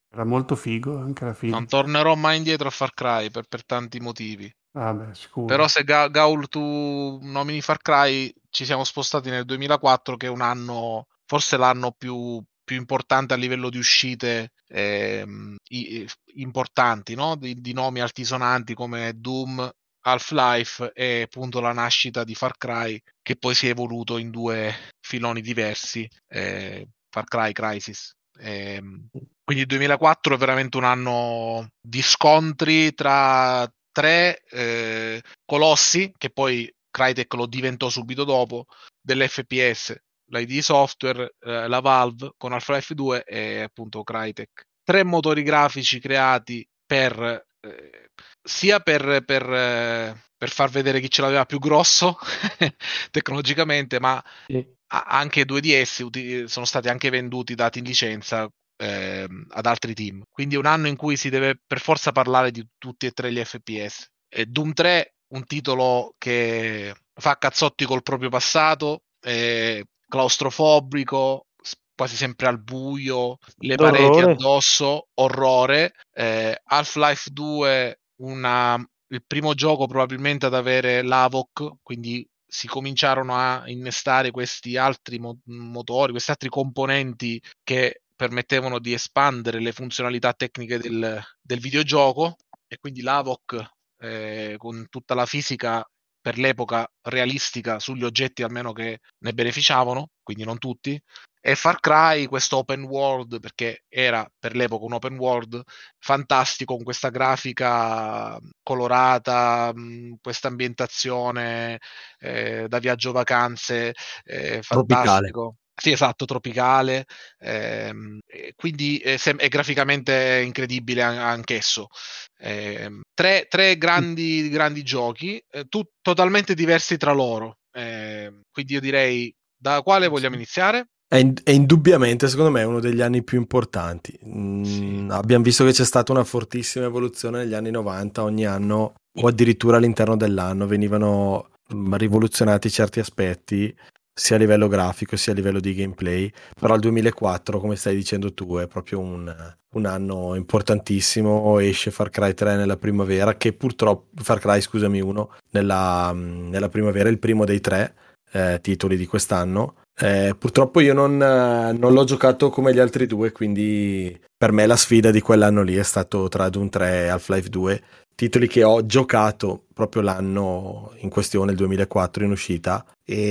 Era molto figo anche alla fine. Non tornerò mai indietro a Far Cry per, per tanti motivi. Ah, beh, sicuro. Però se Ga- Gaul tu nomini Far Cry, ci siamo spostati nel duemilaquattro, che è un anno, forse l'anno più, più importante a livello di uscite ehm, i- importanti, no? Di, di nomi altisonanti come Doom, Half-Life e appunto la nascita di Far Cry, che poi si è evoluto in due filoni diversi, eh, Far Cry Crysis. Ehm, quindi il duemilaquattro è veramente un anno di scontri tra tre eh, colossi, che poi Crytek lo diventò subito dopo, dell'F P S, l'I D Software, eh, la Valve con Half-Life due e appunto Crytek. Tre motori grafici creati per eh, sia per, per, eh, per far vedere chi ce l'aveva più grosso tecnologicamente, ma Sì. a- anche due di essi uti- sono stati anche venduti, dati in licenza ehm, ad altri team. Quindi è un anno in cui si deve per forza parlare di tutti e tre gli F P S. E Doom tre, un titolo che fa cazzotti col proprio passato, è claustrofobico, s- quasi sempre al buio, le pareti D'orrore. addosso, orrore. Eh, Half-Life due, una, il primo gioco probabilmente ad avere l'Avoc, quindi si cominciarono a innestare questi altri mo- motori, questi altri componenti che permettevano di espandere le funzionalità tecniche del, del videogioco, e quindi l'Avoc eh, con tutta la fisica per l'epoca realistica sugli oggetti almeno che ne beneficiavano, quindi non tutti, e Far Cry, questo open world, perché era per l'epoca un open world fantastico, con questa grafica colorata, questa ambientazione eh, da viaggio vacanze, eh, Tropicale. fantastico. Sì, esatto, tropicale, ehm, e quindi è, sem- è graficamente incredibile an- anch'esso. Ehm, tre, tre grandi, grandi giochi, eh, tu- totalmente diversi tra loro. Ehm, quindi io direi, da quale vogliamo iniziare? È, in- è indubbiamente, secondo me, uno degli anni più importanti. Sì. Mm, abbiamo visto che c'è stata una fortissima evoluzione negli anni novanta, ogni anno o addirittura all'interno dell'anno venivano mm, rivoluzionati certi aspetti, sia a livello grafico sia a livello di gameplay. Però il duemilaquattro, come stai dicendo tu, è proprio un, un anno importantissimo. Esce Far Cry tre nella primavera, che purtroppo, Far Cry, scusami, uno, nella, mm, nella primavera, il primo dei tre eh, titoli di quest'anno. Eh, purtroppo io non, eh, non l'ho giocato come gli altri due, quindi per me la sfida di quell'anno lì è stato tra Doom tre e Half-Life due, titoli che ho giocato proprio l'anno in questione, il duemilaquattro in uscita,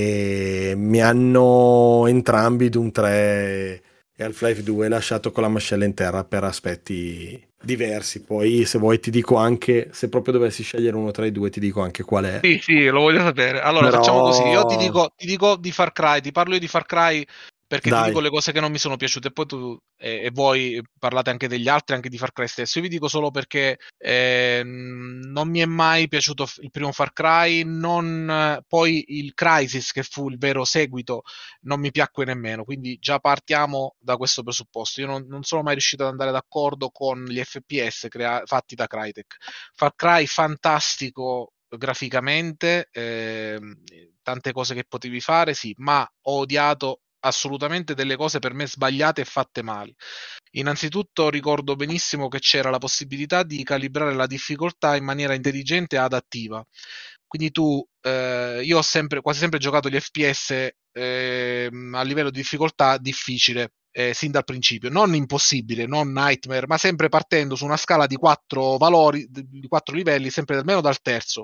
e mi hanno entrambi, Doom tre e Half-Life due, lasciato con la mascella in terra per aspetti diversi. Poi se vuoi ti dico anche, se proprio dovessi scegliere uno tra i due, ti dico anche qual è. Sì, sì, lo voglio sapere. Allora, facciamo così. Io ti Però dico, ti dico di Far Cry, ti parlo io di Far Cry perché ti dico dai. le cose che non mi sono piaciute e poi tu e, e voi parlate anche degli altri, anche di Far Cry stesso. Io vi dico solo perché eh, non mi è mai piaciuto f- il primo Far Cry, non, poi il Crysis, che fu il vero seguito, non mi piacque nemmeno, quindi già partiamo da questo presupposto. Io non, non sono mai riuscito ad andare d'accordo con gli F P S crea- fatti da Crytek. Far Cry fantastico graficamente, ehm, tante cose che potevi fare, sì, ma ho odiato assolutamente delle cose per me sbagliate e fatte male. Innanzitutto ricordo benissimo che c'era la possibilità di calibrare la difficoltà in maniera intelligente e adattiva. Quindi tu, eh, io ho sempre, quasi sempre giocato gli F P S ehm, a livello di difficoltà difficile, eh, sin dal principio, non impossibile, non nightmare, ma sempre partendo su una scala di quattro valori, di quattro livelli, sempre almeno dal terzo.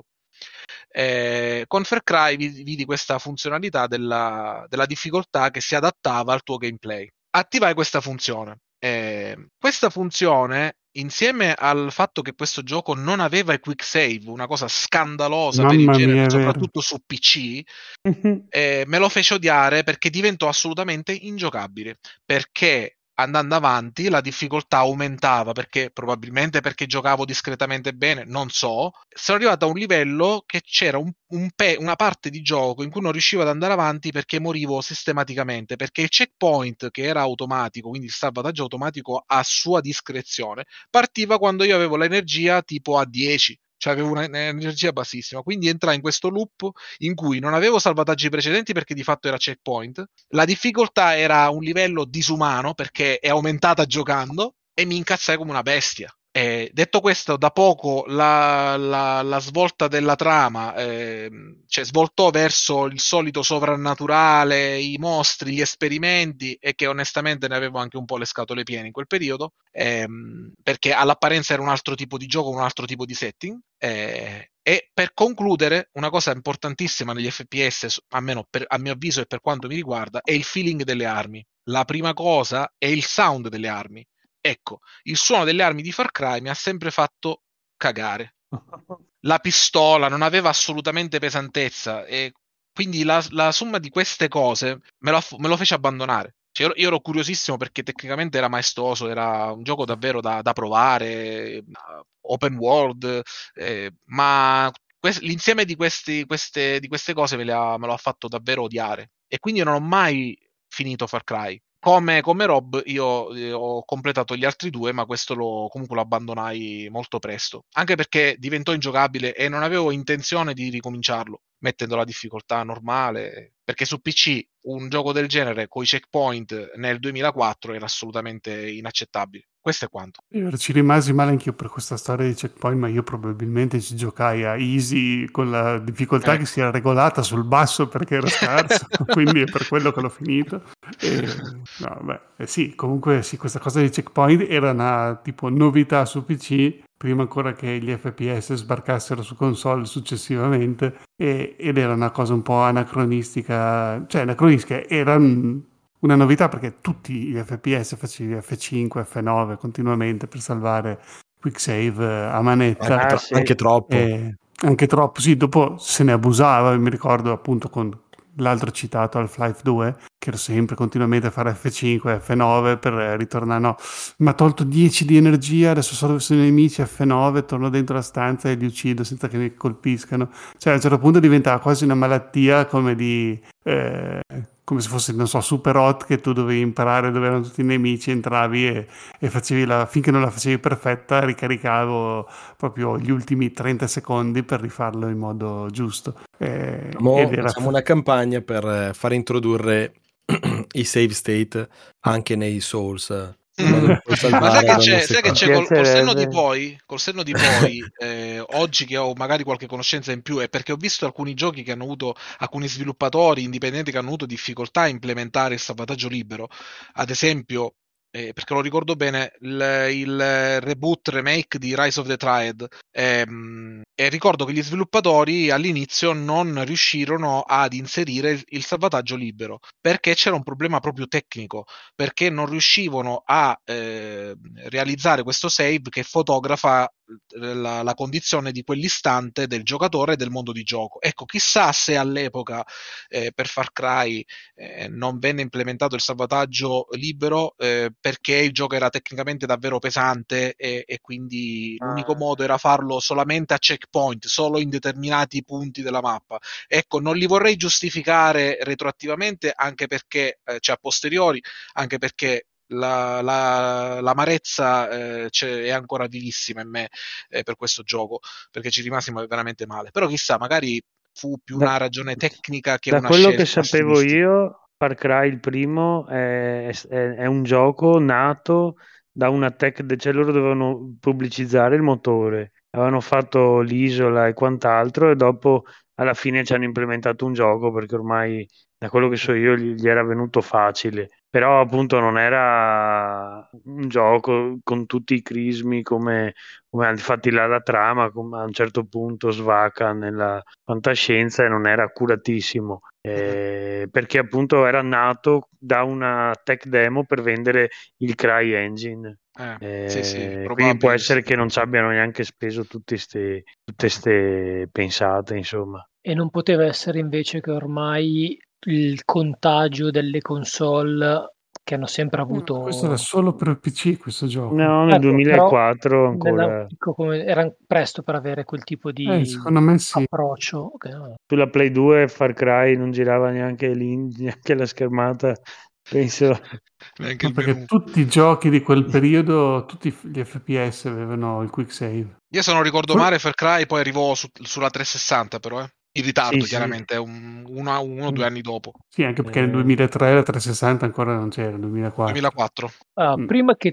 Eh, con Far Cry vidi, vidi questa funzionalità della, della difficoltà che si adattava al tuo gameplay. Attivai questa funzione. Eh, questa funzione, insieme al fatto che questo gioco non aveva i quick save, una cosa scandalosa per il Mamma genere, mia, è vero. soprattutto su P C, eh, me lo fece odiare perché diventò assolutamente ingiocabile. Perché andando avanti la difficoltà aumentava, perché probabilmente perché giocavo discretamente bene, non so. Sono arrivato a un livello che c'era un, un pe- una parte di gioco in cui non riuscivo ad andare avanti perché morivo sistematicamente, perché il checkpoint, che era automatico, quindi il salvataggio automatico a sua discrezione, partiva quando io avevo l'energia tipo a dieci, cioè avevo un'energia bassissima, quindi entrai in questo loop in cui non avevo salvataggi precedenti perché di fatto era checkpoint, la difficoltà era un livello disumano perché è aumentata giocando, e mi incazzai come una bestia. Eh, detto questo, da poco la, la, la svolta della trama, eh, cioè svoltò verso il solito sovrannaturale, i mostri, gli esperimenti, e che onestamente ne avevo anche un po' le scatole piene in quel periodo, ehm, perché all'apparenza era un altro tipo di gioco, un altro tipo di setting. Eh, e per concludere, una cosa importantissima negli F P S, almeno per, a mio avviso e per quanto mi riguarda, è il feeling delle armi. La prima cosa è il sound delle armi. Ecco, il suono delle armi di Far Cry mi ha sempre fatto cagare. La pistola non aveva assolutamente pesantezza e quindi la, la somma di queste cose me lo, me lo fece abbandonare. Cioè, io, io ero curiosissimo perché tecnicamente era maestoso, era un gioco davvero da, da provare, open world, eh, ma que- l'insieme di, questi, queste, di queste cose me, le ha, me lo ha fatto davvero odiare. E quindi io non ho mai finito Far Cry. Come, come Rob, io eh, ho completato gli altri due, ma questo lo, comunque lo abbandonai molto presto. Anche perché diventò ingiocabile e non avevo intenzione di ricominciarlo, mettendo la difficoltà normale. Perché su P C un gioco del genere con i checkpoint nel duemilaquattro era assolutamente inaccettabile. Questo è quanto. Io ci rimasi male anch'io per questa storia di checkpoint, ma io probabilmente ci giocai a easy con la difficoltà Eh. che si era regolata sul basso perché era scarso, quindi è per quello che l'ho finito. E, no, beh, eh sì, comunque sì, questa cosa di checkpoint era una tipo novità su P C, prima ancora che gli F P S sbarcassero su console successivamente, e, ed era una cosa un po' anacronistica, cioè anacronistica, era un, una novità perché tutti gli F P S facevi F cinque, F nove continuamente per salvare quick save a manetta. Anche, tro- Ah, sì. anche troppo. E anche troppo, sì, dopo se ne abusava, mi ricordo appunto con l'altro citato Half-Life due, che ero sempre continuamente a fare F cinque, F nove per ritornare, no, mi ha tolto dieci di energia, adesso solo se sono nemici F nove, torno dentro la stanza e li uccido senza che mi colpiscano. Cioè a un certo punto diventava quasi una malattia come di... Eh, come se fosse, non so, super hot, che tu dovevi imparare dove erano tutti i nemici, entravi e, e facevi la, finché non la facevi perfetta, ricaricavo proprio gli ultimi trenta secondi per rifarlo in modo giusto. Eh, Facciamo, ed era... facciamo una campagna per far introdurre i save state anche nei Souls. in modo che puoi Ma sai salvare che ad ogni c'è, sai che secondo. c'è col, col senno di Piacerebbe. poi, col senno di poi eh, oggi che ho magari qualche conoscenza in più, è perché ho visto alcuni giochi che hanno avuto, alcuni sviluppatori indipendenti che hanno avuto difficoltà a implementare il salvataggio libero. Ad esempio, eh, perché lo ricordo bene, il, il reboot remake di Rise of the Triad, ehm, e ricordo che gli sviluppatori all'inizio non riuscirono ad inserire il, il salvataggio libero perché c'era un problema proprio tecnico, perché non riuscivano a eh, realizzare questo save che fotografa la, la condizione di quell'istante del giocatore e del mondo di gioco. Ecco, chissà se all'epoca eh, per Far Cry eh, non venne implementato il salvataggio libero eh, perché il gioco era tecnicamente davvero pesante e, e quindi l'unico modo era farlo solamente a checkpoint, solo in determinati punti della mappa. Ecco, non li vorrei giustificare retroattivamente, anche perché, eh, cioè a posteriori, anche perché la, la, l'amarezza eh, è ancora vivissima in me eh, per questo gioco, perché ci rimasimo veramente male. Però chissà, magari fu più Da, una ragione tecnica che da una quello che scelta sapevo stilistica. io, Far Cry il primo è, è- è un gioco nato da una tech, de- cioè loro dovevano pubblicizzare il motore, avevano fatto l'isola e quant'altro, e dopo alla fine ci hanno implementato un gioco perché ormai, da quello che so io, gli, gli era venuto facile. Però appunto non era un gioco con tutti i crismi come, come infatti la, la trama come a un certo punto svaca nella fantascienza e non era accuratissimo, eh, perché appunto era nato da una tech demo per vendere il Cry Engine. Eh, Eh, sì, sì, quindi può probabile essere sì. che non ci abbiano neanche speso tutte ste, tutte ste pensate, insomma. E non poteva essere invece che ormai il contagio delle console che hanno sempre avuto... Questo era solo per il P C, questo gioco. No, nel Ecco, però duemilaquattro ancora. nell'auspicio come- era presto per avere quel tipo Eh, di secondo me sì. approccio. che no. Sulla Play due Far Cry non girava neanche, l'in- neanche la schermata, penso. Neanche No, il perché menù. tutti i giochi di quel periodo, tutti gli F P S avevano il quick save. Io se non ricordo For- male, Far Cry poi arrivò su- sulla trecentosessanta, però, eh. In ritardo, Sì, sì. chiaramente, un, uno, uno o due anni dopo. Sì, anche perché nel Eh, duemilatré la trecentosessanta ancora non c'era, nel duemilaquattro. duemilaquattro. Ah, Mm. prima che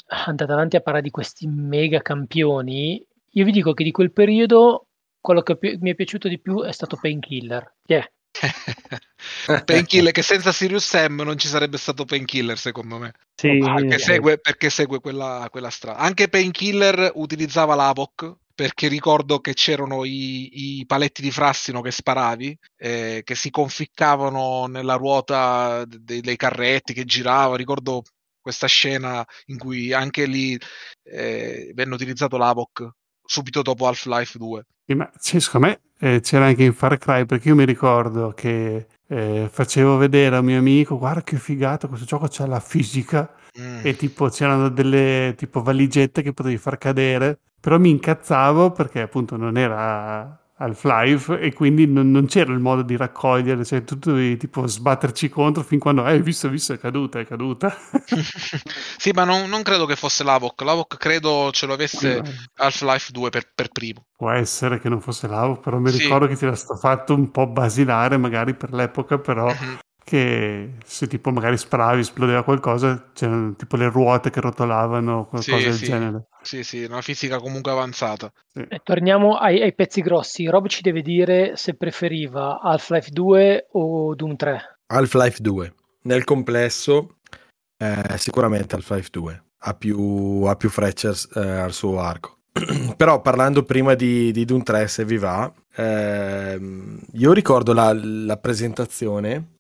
andate avanti a parlare di questi mega campioni, io vi dico che di quel periodo quello che pi- mi è piaciuto di più è stato Painkiller. Yeah. Painkiller, che senza Sirius Sam non ci sarebbe stato Painkiller, secondo me. Sì, Probabile. Perché segue, perché segue quella, quella strada. Anche Painkiller utilizzava l'Avok, perché ricordo che c'erano i, i paletti di frassino che sparavi, eh, che si conficcavano nella ruota dei, dei carretti che giravano. Ricordo questa scena in cui anche lì eh, venne utilizzato l'Avok subito dopo Half-Life due. Sì, ma sì, secondo me eh, c'era anche in Far Cry, perché io mi ricordo che eh, facevo vedere a un mio amico, guarda che figata, questo gioco c'ha la fisica Mm. e tipo c'erano delle tipo valigette che potevi far cadere, però mi incazzavo perché appunto non era Half-Life e quindi non, non c'era il modo di raccogliere, cioè tu dovevi tipo sbatterci contro fin quando eh, hai visto, visto, è caduta, è caduta. Sì, ma non, non credo che fosse l'Avok. L'Avok credo ce lo avesse Half-Life due per, per primo. Può essere che non fosse l'A V, però mi Sì. ricordo che c'era stato fatto un po' basilare magari per l'epoca, però Mhm. che se tipo magari sparavi, esplodeva qualcosa, c'erano tipo le ruote che rotolavano, qualcosa Sì, del sì, genere. sì, sì, una fisica comunque avanzata. Sì. E torniamo ai, ai pezzi grossi. Rob ci deve dire se preferiva Half-Life due o Doom tre. Half-Life due. Nel complesso, eh, sicuramente Half-Life due. Ha più, ha più frecce eh, al suo arco. Però parlando prima di, di Doom tre, se vi va, ehm, io ricordo la, la presentazione.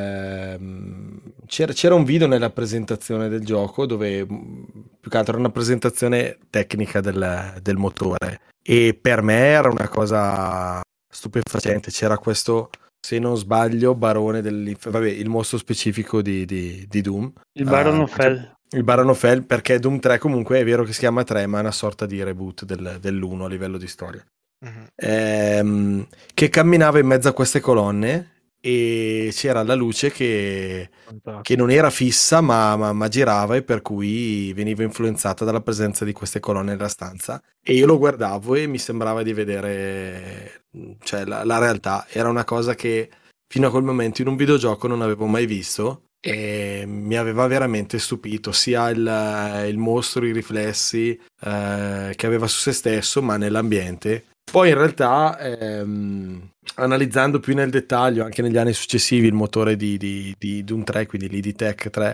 ehm, c'era, c'era un video nella presentazione del gioco dove mh, più che altro era una presentazione tecnica del, del motore. E per me era una cosa stupefacente. C'era questo, se non sbaglio, barone dell'inferno, vabbè, il mostro specifico di, di, di Doom. il Baron Uh, of Hell. il Baron of Hell, perché Doom tre comunque è vero che si chiama tre, ma è una sorta di reboot del, dell'uno a livello di storia. Mhm. Ehm, che camminava in mezzo a queste colonne e c'era la luce che, che non era fissa ma, ma, ma girava, e per cui veniva influenzata dalla presenza di queste colonne nella stanza, e io lo guardavo e mi sembrava di vedere, cioè, la, la realtà. Era una cosa che fino a quel momento in un videogioco non avevo mai visto e mi aveva veramente stupito, sia il, il mostro, i riflessi eh, che aveva su se stesso, ma nell'ambiente. Poi in realtà, ehm, analizzando più nel dettaglio, anche negli anni successivi, il motore di, di, di Doom tre, quindi l'I D Tech tre,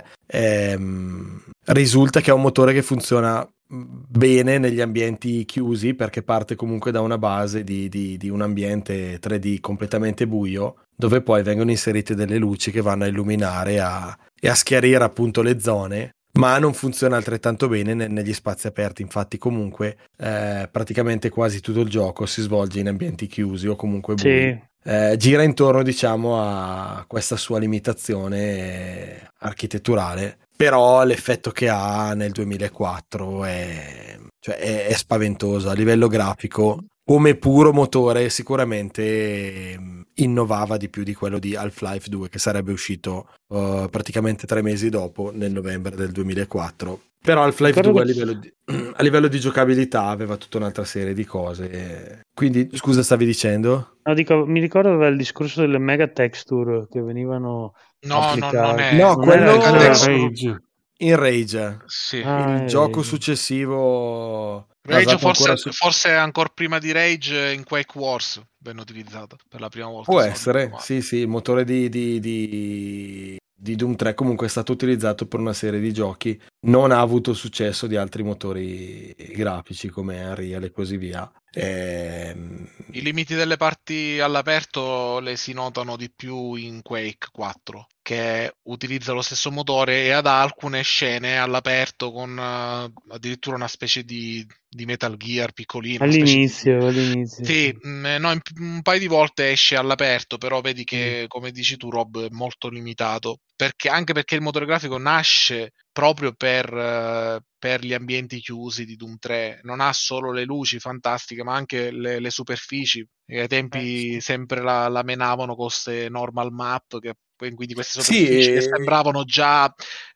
ehm, risulta che è un motore che funziona bene negli ambienti chiusi, perché parte comunque da una base di, di, di un ambiente tre D completamente buio, dove poi vengono inserite delle luci che vanno a illuminare a, e a schiarire appunto le zone, ma non funziona altrettanto bene ne- negli spazi aperti. Infatti comunque eh, praticamente quasi tutto il gioco si svolge in ambienti chiusi o comunque bui. Sì, Eh, gira intorno, diciamo, a questa sua limitazione architetturale, però l'effetto che ha nel duemilaquattro è, cioè è, è spaventoso a livello grafico. Come puro motore sicuramente mh, innovava di più di quello di Half-Life due, che sarebbe uscito uh, praticamente tre mesi dopo, nel novembre del duemilaquattro. Però Half-Life Ricordo due a che- livello, di, a livello di giocabilità aveva tutta un'altra serie di cose. Quindi, scusa, stavi dicendo? no, dico, mi ricordo aveva il discorso delle mega texture che venivano No, no, non applicate. è. No, Non quello- era Mega il- Texture- Rage. In Rage, Sì. Ah, il eh, gioco Rage. successivo Rage basato forse, ancora su... forse ancora prima di Rage in Quake Wars venne utilizzato per la prima volta. Può se non ricordo essere, male. sì, sì, il motore di, di, di, di Doom tre comunque è stato utilizzato per una serie di giochi, non ha avuto successo di altri motori grafici come Unreal e così via. Ehm, I limiti delle parti all'aperto le si notano di più in Quake quattro, che utilizza lo stesso motore e ha alcune scene all'aperto con eh, addirittura una specie di, di Metal Gear piccolino. una specie di- All'inizio, all'inizio. Sì, mh, no, in- un paio di volte esce all'aperto, però vedi che, Mm. come dici tu, Rob, è molto limitato. Perché, anche perché il motore grafico nasce proprio per, eh, per gli ambienti chiusi di Doom tre. Non ha solo le luci fantastiche, ma anche le, le superfici. E ai tempi Eh, sì. sempre la, la menavano con queste normal map, che poi quindi queste sì, superfici che e- sembravano già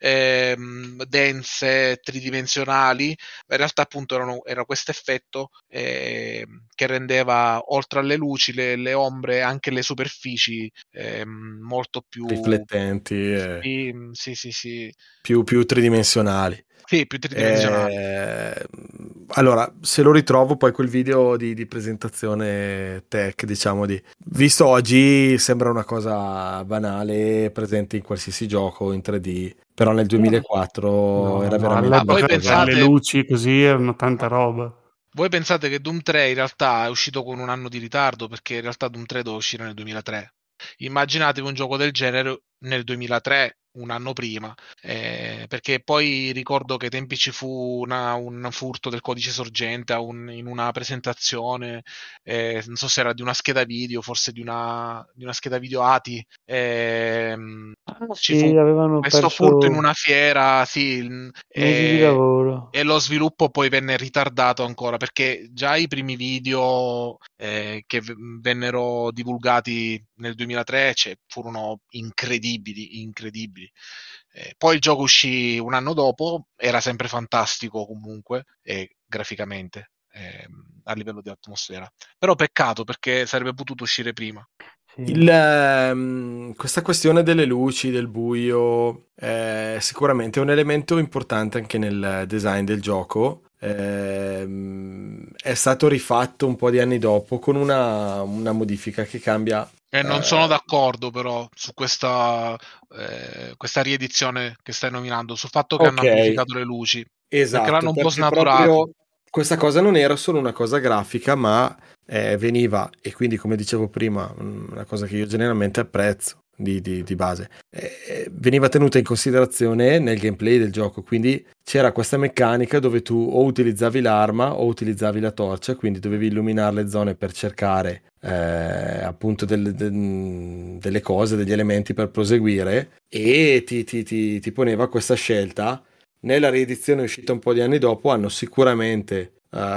ehm, dense, tridimensionali. In realtà appunto erano, era questo effetto eh, che rendeva oltre alle luci le, le ombre, anche le superfici ehm, molto più riflettenti, eh, sì, sì, sì, sì. più, più tridimensionali. Sì, più tridimensionale. Eh, allora, se lo ritrovo poi quel video di, di presentazione tech, diciamo di visto oggi sembra una cosa banale, presente in qualsiasi gioco in tre D, però nel duemilaquattro No, era no, veramente Ma voi all'epoca qualcosa. pensate- le luci così erano tanta roba. Voi pensate che Doom tre in realtà è uscito con un anno di ritardo, perché in realtà Doom tre doveva uscire nel duemilatré. Immaginatevi un gioco del genere nel duemilatré, un anno prima, eh, perché poi ricordo che ai tempi ci fu una- un furto del codice sorgente a un- in una presentazione, eh, non so se era di una scheda video, forse di una, di una scheda video A T I, ehm, Ah, ci sì, fu avevano questo furto in perso una fiera, sì, il- mesi di eh, lavoro. e lo sviluppo poi venne ritardato ancora, perché già i primi video eh, che v- vennero divulgati nel duemilatré, cioè, furono incredibili, incredibili. Eh, poi il gioco uscì un anno dopo, era sempre fantastico comunque, e graficamente, ehm, a livello di atmosfera. Però peccato, perché sarebbe potuto uscire prima. Sì. Il, ehm, questa questione delle luci, del buio, è sicuramente un elemento importante anche nel design del gioco. Ehm, è stato rifatto un po' di anni dopo con una, una modifica che cambia. E non sono eh, d'accordo però su questa, eh, questa riedizione che stai nominando, sul fatto che hanno ok, amplificato le luci, perché esatto, l'hanno un po' perché snaturato. proprio questa cosa non era solo una cosa grafica, ma eh, veniva, e quindi come dicevo prima, una cosa che io generalmente apprezzo di, di- di base, eh, veniva tenuta in considerazione nel gameplay del gioco, quindi c'era questa meccanica dove tu o utilizzavi l'arma o utilizzavi la torcia, quindi dovevi illuminare le zone per cercare eh, appunto delle, de- delle cose, degli elementi per proseguire, e ti, ti- ti- ti poneva questa scelta. Nella riedizione uscita un po' di anni dopo hanno sicuramente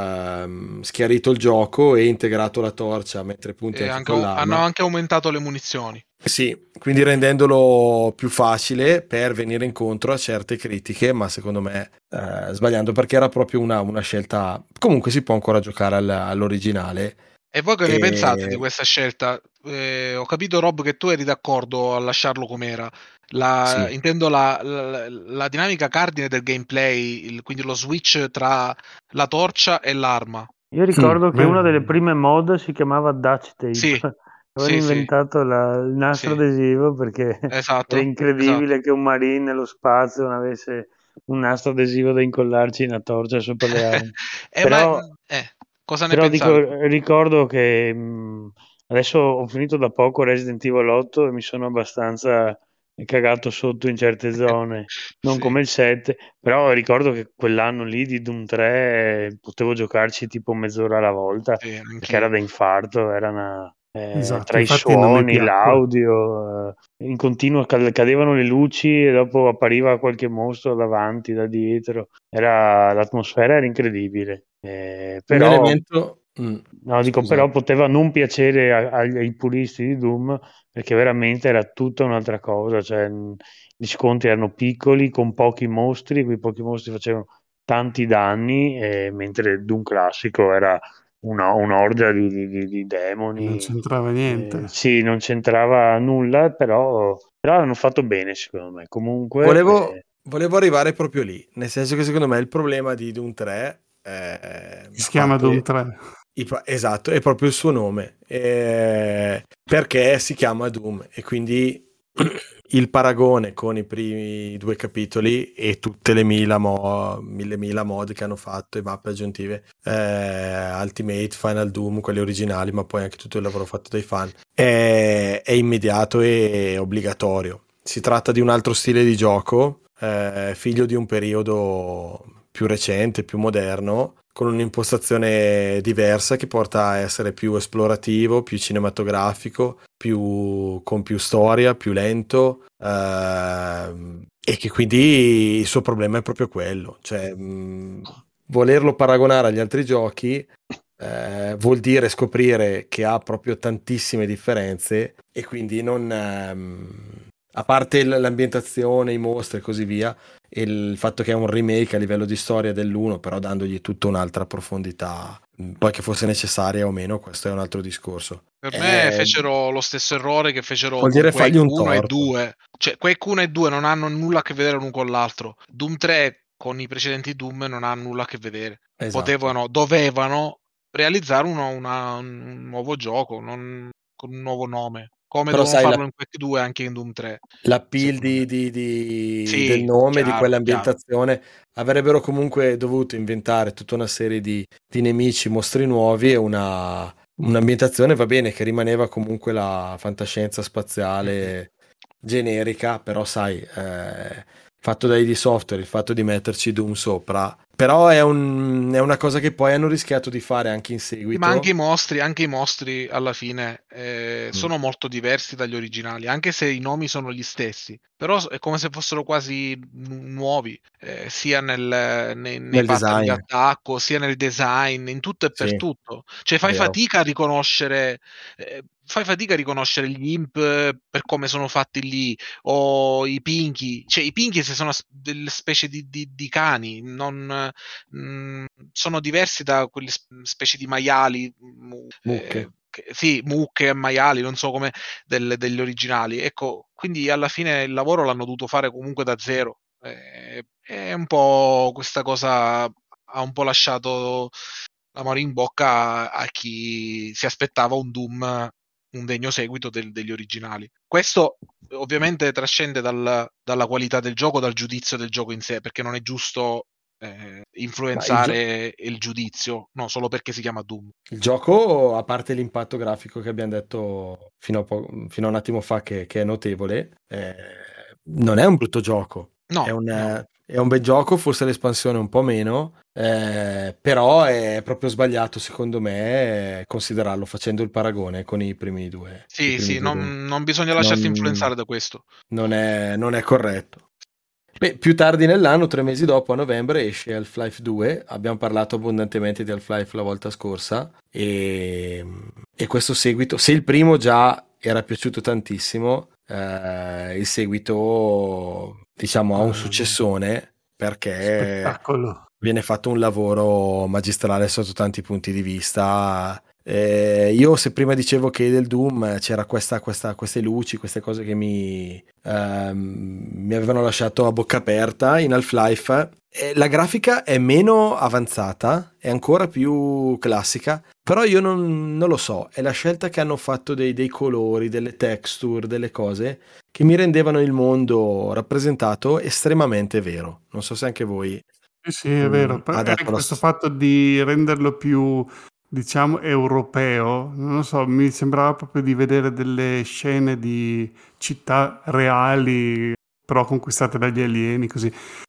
ehm, schiarito il gioco e integrato la torcia a mettere punti E anche anche- con hanno l'arma. anche aumentato le munizioni. Sì, quindi rendendolo più facile per venire incontro a certe critiche, ma secondo me eh, sbagliando, perché era proprio una, una scelta. Comunque si può ancora giocare al- all'originale. E voi che ne pensate di E... questa scelta? Eh, ho capito, Rob, che tu eri d'accordo a lasciarlo com'era. La, Sì. intendo la, la- la dinamica cardine del gameplay, il- quindi lo switch tra la torcia e l'arma. Io ricordo che beh, una delle prime mod si chiamava Dutch Tape. Sì, Avevano sì, sì, inventato la- il nastro sì, adesivo perché era esatto, esatto. incredibile che un marine nello spazio non avesse un nastro adesivo da incollarci in una torcia sopra le armi. Eh, ma, Però, eh, cosa ne però dico, pensavi tu? ricordo che mh, adesso ho finito da poco Resident Evil otto e mi sono abbastanza cagato sotto in certe zone, non Sì, come il sette, però ricordo che quell'anno lì di Doom tre potevo giocarci tipo mezz'ora alla volta sì, perché era anch'io. da infarto, era una, eh, esatto, tra i infatti non mi suoni, piacque. l'audio, eh, in continuo cad- cadevano le luci e dopo appariva qualche mostro davanti, da dietro, era, l'atmosfera era incredibile. Eh, Un però, elemento. Mm, no, dico, scusa. però poteva non piacere a- agli- ai puristi di Doom perché veramente era tutta un'altra cosa, cioè mh, gli scontri erano piccoli, con pochi mostri, quei pochi mostri facevano tanti danni, eh, mentre il Doom classico era una, un'orgia di, di- di- di Non demoni. c'entrava Eh, niente. sì, non c'entrava nulla, però, però hanno fatto bene secondo me. Comunque, Volevo, eh, volevo arrivare proprio lì, nel senso che secondo me il problema di Doom tre, eh, Si a chiama Doom parte tre. i pa- esatto, è proprio il suo nome, eh, perché si chiama Doom e quindi il paragone con i primi due capitoli e tutte le mila mo- mille mila mod che hanno fatto, e mappe aggiuntive, eh, Ultimate, Final Doom, quelli originali, ma poi anche tutto il lavoro fatto dai fan, è, è immediato e obbligatorio. Si tratta di un altro stile di gioco, eh, figlio di un periodo più recente, più moderno, con un'impostazione diversa che porta a essere più esplorativo, più cinematografico, più, con più storia, più lento, ehm, e che quindi il suo problema è proprio quello, cioè mh, volerlo paragonare agli altri giochi eh, vuol dire scoprire che ha proprio tantissime differenze e quindi non... ehm, a parte l- l'ambientazione, i mostri e così via, e il fatto che è un remake a livello di storia dell'uno, però dandogli tutta un'altra profondità, poi che fosse necessaria o meno, questo è un altro discorso. Per me Eh, fecero lo stesso errore che fecero vuol con dire fargli Quake un uno e torto. due. Cioè, Quake uno e due non hanno nulla a che vedere l'uno con l'altro. Doom tre con i precedenti Doom non ha nulla a che vedere. Esatto. Potevano, dovevano realizzare uno, una, un nuovo gioco non, con un nuovo nome, come Però dovevano sai, farlo la- in Quake due anche in Doom tre. l'appeal secondo di, me. di- di- Sì, del nome, di chiaro, quell'ambientazione, avrebbero comunque dovuto inventare tutta una serie di, di nemici, mostri nuovi e una, un'ambientazione, va bene, che rimaneva comunque la fantascienza spaziale generica, però sai, eh, fatto da I D Software, il fatto di metterci Doom sopra, però è, un- è una cosa che poi hanno rischiato di fare anche in Sì, seguito. ma anche i mostri, anche i mostri alla fine eh, Mm. sono molto diversi dagli originali, anche se i nomi sono gli stessi, però è come se fossero quasi nu- nuovi, eh, sia nel, nei, nei Nel pattern di design, attacco, sia nel design, in tutto e per sì, tutto. Cioè fai vero. fatica a riconoscere, eh, fai fatica a riconoscere gli imp eh, per come sono fatti lì, o i pinky, cioè i pinky se sono s- delle specie di, di- di cani, non mh, sono diversi da quelle sp- specie di maiali, mu- Mucche. eh, che- sì, mucche e maiali, non so come del- degli originali. Ecco, quindi alla fine il lavoro l'hanno dovuto fare comunque da zero. Eh, è un po' questa cosa ha un po' lasciato l'amore in bocca a, a chi si aspettava un Doom, un degno seguito del- degli originali. Questo ovviamente trascende dal- dalla qualità del gioco, dal giudizio del gioco in sé, perché non è giusto eh, Ma il, gio- influenzare il giudizio, no, solo perché si chiama Doom. il gioco, a parte l'impatto grafico che abbiamo detto fino a, po- fino a un attimo fa, che, che è notevole, eh, non è un brutto gioco. No, È un, no. eh, è un bel gioco, forse l'espansione un po' meno, eh, però è proprio sbagliato secondo me eh, considerarlo facendo il paragone con i primi due. i Sì, primi sì, due Doom. non, non bisogna lasciarsi Non, influenzare da questo. non è, non è corretto. Beh, più tardi nell'anno, tre mesi dopo, a novembre, esce Half-Life due. Abbiamo parlato abbondantemente di Half-Life la volta scorsa. E, e questo seguito, se il primo già era piaciuto tantissimo, eh, il seguito, diciamo, ha un Ah, successone perché spettacolo. viene fatto un lavoro magistrale sotto tanti punti di vista. Eh, io se prima dicevo che del Doom c'era questa, questa- queste luci, queste cose che mi, ehm, mi avevano lasciato a bocca aperta, in Half-Life eh, la grafica è meno avanzata, è ancora più classica, però io non, non lo so, è la scelta che hanno fatto dei, dei colori, delle texture, delle cose che mi rendevano il mondo rappresentato estremamente vero. Non so se anche voi Sì, sì, è mm, vero. ha E dato anche la questo stessa. fatto di renderlo più, diciamo, europeo, non lo so, mi sembrava proprio di vedere delle scene di città reali, però conquistate dagli alieni, così.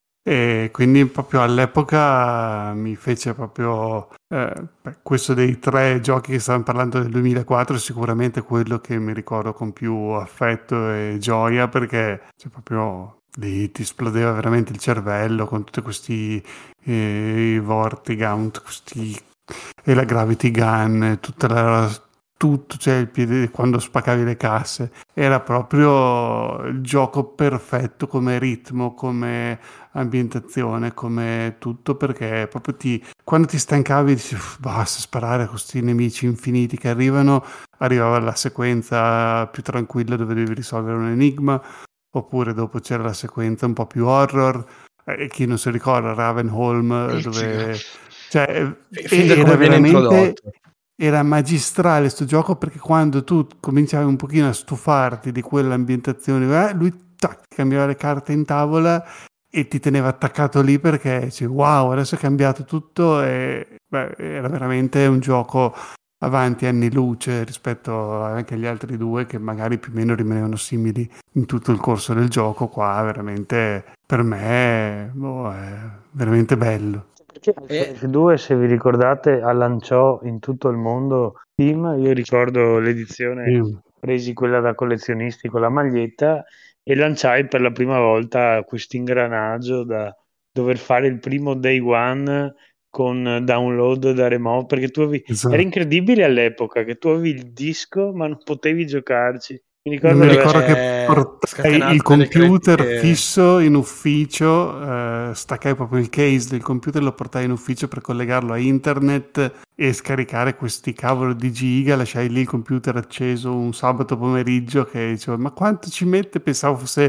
E quindi proprio all'epoca mi fece proprio eh, beh, questo dei tre giochi che stavamo parlando del duemilaquattro, è sicuramente quello che mi ricordo con più affetto e gioia, perché cioè, proprio lì ti esplodeva veramente il cervello con tutti questi eh, Vortigaunt, questi e la Gravity Gun, tutta la tutto, cioè il piede quando spaccavi le casse, era proprio il gioco perfetto come ritmo, come ambientazione, come tutto, perché proprio ti quando ti stancavi dici "Uff, basta sparare a questi nemici infiniti che arrivano", arrivava la sequenza più tranquilla dove devi risolvere un enigma, oppure dopo c'era la sequenza un po' più horror, e chi non si ricorda Ravenholm dove cioè Fin da era come viene veramente introdotto. era magistrale sto gioco, perché quando tu cominciavi un pochino a stufarti di quell'ambientazione, eh, lui tac, cambiava le carte in tavola e ti teneva attaccato lì perché dici, wow, adesso è cambiato tutto e beh, era veramente un gioco avanti anni luce rispetto anche agli altri due che magari più o meno rimanevano simili in tutto il corso del gioco. Qua veramente per me boh, è veramente bello. Perché E Half-Life due, se vi ricordate, lanciò in tutto il mondo Steam. Io ricordo l'edizione, Sì. presi quella da collezionisti con la maglietta e lanciai per la prima volta questo ingranaggio da dover fare il primo day one con download da remote, perché tu avevi... era Esatto. incredibile all'epoca che tu avevi il disco ma non potevi giocarci. Mi Io ricordo mi di aver ricordo che perché portai scatenato il delle computer critiche. fisso in ufficio, eh, staccai proprio il case del computer, lo portai in ufficio per collegarlo a internet e scaricare questi cavolo di giga. Lasciai lì il computer acceso un sabato pomeriggio che dicevo, ma quanto ci mette? Pensavo fosse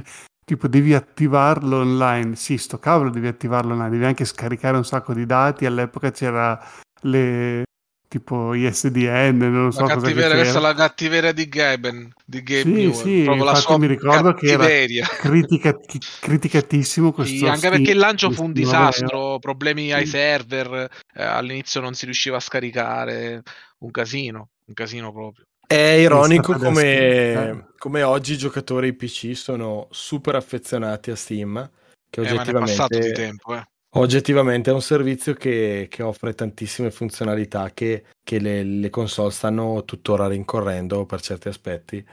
tipo devi attivarlo online. Sì, sto cavolo devi attivarlo online, devi anche scaricare un sacco di dati. All'epoca c'era le tipo I S D N, non La so cosa che cattiveria, questa è c'era. la cattiveria di Gaben, di Gabe Sì, Newell, sì, proprio la infatti sua mi ricordo che era cattiveria. critica- criticatissimo Sì, questo anche perché il Steam, lancio fu un questo non aveva. disastro, problemi ai Sì. server, eh, all'inizio non si riusciva a scaricare, un casino, un casino proprio. È È ironico stata da schifo. come, come oggi i giocatori P C sono super affezionati a Steam, che Eh, ma ne è passato di oggettivamente, tempo, eh. oggettivamente è un servizio che, che offre tantissime funzionalità che, che le, le console stanno tuttora rincorrendo per certi aspetti.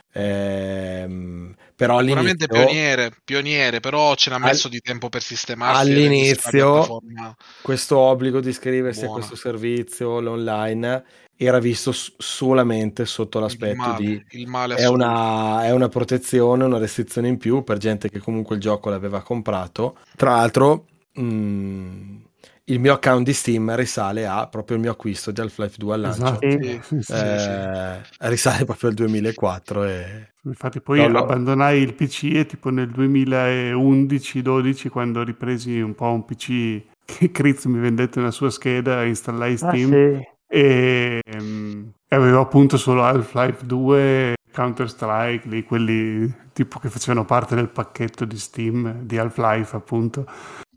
Ehm, però Sicuramente all'inizio, pioniere, pioniere, però ce n'ha al- messo di tempo per sistemarsi e rendersi una all'inizio piattaforma questo obbligo di iscriversi a buona. questo servizio l'online era visto s- solamente sotto Il l'aspetto di male, il male è assoluto. una, è una protezione, una restrizione in più per gente che comunque il gioco l'aveva comprato. Tra l'altro, mh, il mio account di Steam risale a proprio il mio acquisto di Half-Life due al lancio. Esatto. Sì, Sì, sì. sì, sì. Eh, risale proprio al duemilaquattro e Infatti poi no, no. abbandonai il P C e tipo nel duemilaundici dodici, quando ripresi un po' un P C che Chris mi vendette una sua scheda, installai Ah, Steam sì. e, ehm, e avevo appunto solo Half-Life due, Counter-Strike, lì, quelli tipo che facevano parte del pacchetto di Steam di Half-Life appunto.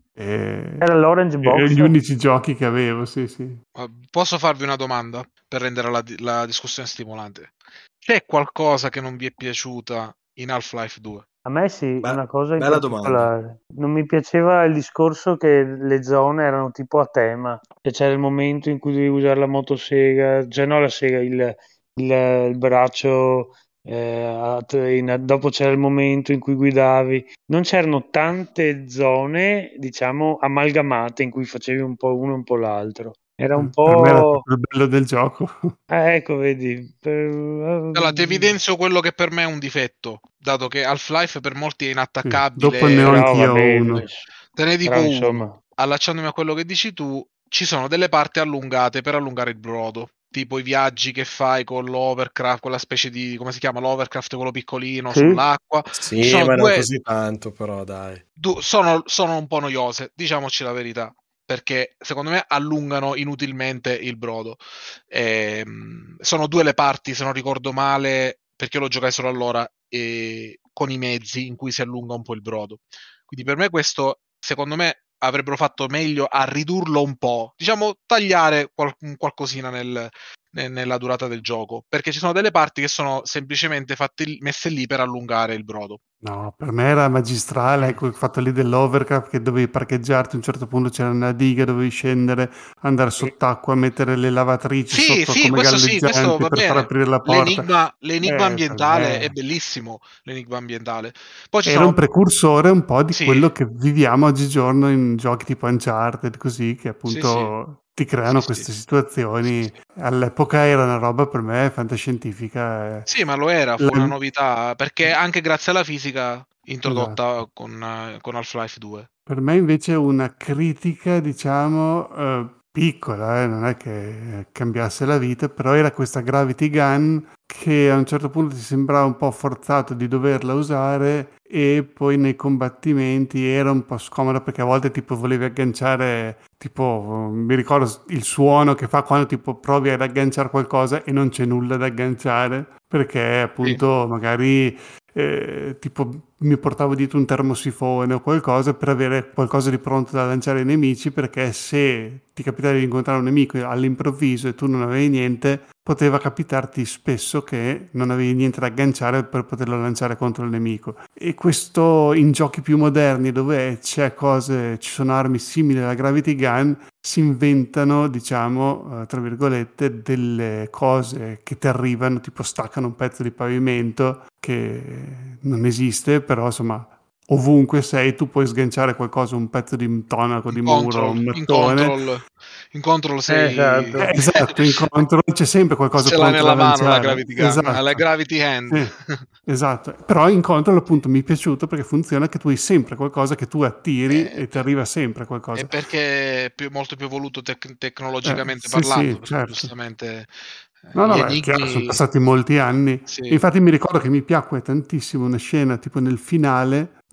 E, Era l'Orange e Box. gli unici giochi che avevo, sì sì. Ma posso farvi una domanda per rendere la, di- la discussione stimolante? C'è qualcosa che non vi è piaciuta in Half-Life due? A me sì, Be- una cosa in bella domanda. particolare. Non mi piaceva il discorso che le zone erano tipo a tema. Cioè, c'era il momento in cui dovevi usare la motosega, cioè no la sega, il, il- il braccio, eh, a- in- dopo c'era il momento in cui guidavi. Non c'erano tante zone, diciamo, amalgamate in cui facevi un po' uno e un po' l'altro. Era un Per me era po'... proprio il bello del gioco. Eh, ecco, vedi. per- Allora, ti evidenzio quello che per me è un difetto, dato che Half-Life per molti è Sì, inattaccabile. dopo ne ho Però anch'io vabbè, uno. Te ne dico però uno. insomma... Allacciandomi a quello che dici tu, ci sono delle parti allungate per allungare il brodo. Tipo i viaggi che fai con l'overcraft, quella specie di, come si chiama, l'overcraft, quello piccolino Sì. sull'acqua. Sì, Ci sono ma non due, così tanto, però dai. du- sono, sono un po' noiose, diciamoci la verità, perché secondo me allungano inutilmente il brodo. Ehm, sono due le parti, se non ricordo male, perché io lo giocai solo allora, e con i mezzi in cui si allunga un po' il brodo. Quindi per me questo, secondo me, avrebbero fatto meglio a ridurlo un po', diciamo tagliare qual- qualcosina nel- ne- nella durata del gioco, perché ci sono delle parti che sono semplicemente fatte, lì- messe lì per allungare il brodo. No, per me era magistrale, ecco il fatto lì dell'overcraft che dovevi parcheggiarti, a un certo punto c'era una diga, dovevi scendere, andare sott'acqua, mettere le lavatrici Sì, sotto sì, come questo sì, questo galleggianti va per far bene. aprire la porta. L'enigma, l'enigma Eh, per ambientale è me bellissimo, l'enigma ambientale. Poi ci era un sono... precursore un po' di Sì, quello che viviamo oggigiorno in giochi tipo Uncharted, così, che sì, sì, appunto ti creano sì, sì, queste sì, situazioni. sì. All'epoca era una roba per me fantascientifica. eh. Sì, ma lo era, fu una La- novità, perché anche grazie alla fisica Esatto. introdotta con, eh, con Half-Life due. Per me invece una critica, diciamo, eh, piccola, eh, non è che cambiasse la vita, però era questa Gravity Gun che a un certo punto ti sembrava un po' forzato di doverla usare e poi nei combattimenti era un po' scomoda perché a volte tipo volevi agganciare, tipo mi ricordo il suono che fa quando tipo provi ad agganciare qualcosa e non c'è nulla da agganciare perché Sì. appunto magari eh, tipo mi portavo dietro un termosifone o qualcosa per avere qualcosa di pronto da lanciare ai nemici perché se ti capitava di incontrare un nemico all'improvviso e tu non avevi niente poteva capitarti spesso che non avevi niente da agganciare per poterlo lanciare contro il nemico e questo in giochi più moderni dove c'è cose, ci sono armi simili alla Gravity Gun si inventano, diciamo, eh, tra virgolette, delle cose che ti arrivano, tipo staccano un pezzo di pavimento che non esiste, però insomma, ovunque sei tu puoi sganciare qualcosa, un pezzo di intonaco, In di muro, control, un in mattone. control, in control Eh, sei... esatto. Eh, esatto, in control c'è sempre qualcosa Ce l'hai pronto da nella mano la lanciare. Gravity Gun, la Esatto. Gravity Hand. Sì, esatto. Però in control appunto mi è piaciuto perché funziona che tu hai sempre qualcosa che tu attiri Eh, e ti arriva sempre qualcosa. E perché è più- molto più evoluto tec- Eh, tecnologicamente sì, parlando, sì, perché certo. giustamente eh, No, no, gli beh, è chiaro, sono enigmi... passati molti anni. Sì, Infatti mi ricordo che mi piacque tantissimo una scena tipo nel finale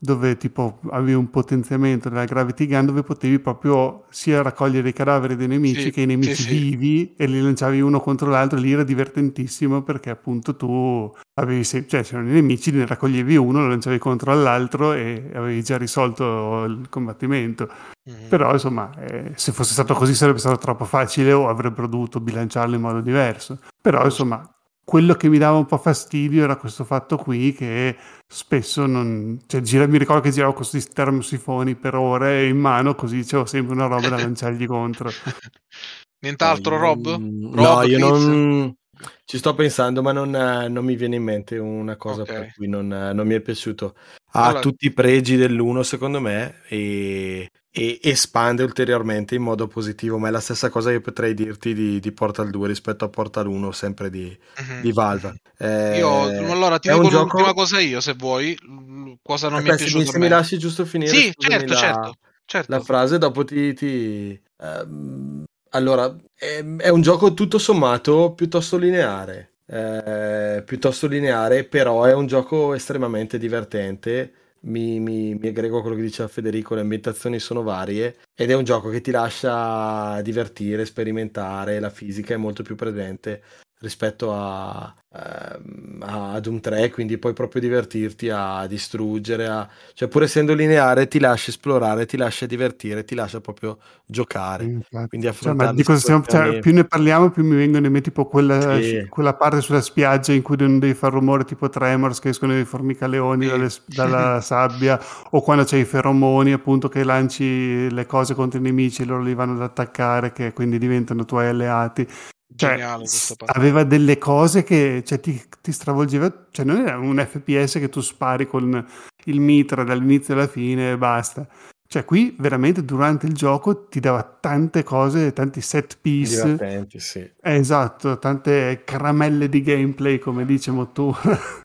dove tipo avevi un potenziamento della gravity gun dove potevi proprio sia raccogliere i cadaveri dei nemici Sì, che i nemici sì, sì. vivi e li lanciavi uno contro l'altro. Lì era divertentissimo perché appunto tu avevi se- cioè c'erano i nemici, ne raccoglievi uno, lo lanciavi contro l'altro e avevi già risolto il combattimento. Mhm. Però insomma, eh, se fosse stato così sarebbe stato troppo facile o avrebbero dovuto bilanciarlo in modo diverso. Però Giusto. insomma, quello che mi dava un po' fastidio era questo fatto qui che spesso non... Cioè, gira, mi ricordo che giravo con questi termosifoni per ore in mano, così dicevo sempre una roba da lanciargli contro. Nient'altro, No, Rob? io non- Rob, no, io Chris? non ci sto pensando, ma non, eh, non mi viene in mente una cosa Ok. per cui non, eh, non mi è piaciuto. Ha Allora, tutti i pregi dell'uno, secondo me, e, e espande ulteriormente in modo positivo. Ma è la stessa cosa che potrei dirti di, di Portal due rispetto a Portal uno, sempre di, mhm, di Valve. mhm. Io, Eh, allora ti è un dico l'ultima gioco. cosa io, se vuoi. L- Cosa non mi è Aspetta, se mi, piaciuto a se mi me. lasci giusto finire, Sì, scusami certo, la, certo, la certo. frase, dopo ti... ti- ehm, allora, è, è un gioco tutto sommato piuttosto lineare, eh, piuttosto lineare, però è un gioco estremamente divertente. Mi, mi, mi aggrego a quello che diceva Federico, le ambientazioni sono varie ed è un gioco che ti lascia divertire, sperimentare, la fisica è molto più presente rispetto a, ehm, a Doom tre, quindi puoi proprio divertirti a distruggere, a... cioè pur essendo lineare ti lascia esplorare, ti lascia divertire, ti lascia proprio giocare, Infatti. quindi Cioè, ma affrontare di le cosa stiamo, cioè, situazioni. più ne parliamo, più mi vengono in mente tipo quella, Sì, quella parte sulla spiaggia in cui non devi fare rumore, tipo Tremors, che escono dei formicaleoni Sì. dalle- dalla sabbia, o quando c'è i feromoni, appunto, che lanci le cose contro i nemici e loro li vanno ad attaccare, che quindi diventano tuoi alleati. Cioè, Geniale questa s- parte. aveva delle cose che cioè, ti, ti stravolgeva, cioè non era un F P S che tu spari con il mitra dall'inizio alla fine e basta. Cioè, qui veramente durante il gioco ti dava tante cose, tanti set piece, divertenti, sì. eh, esatto, tante caramelle di gameplay, come dice Mottura,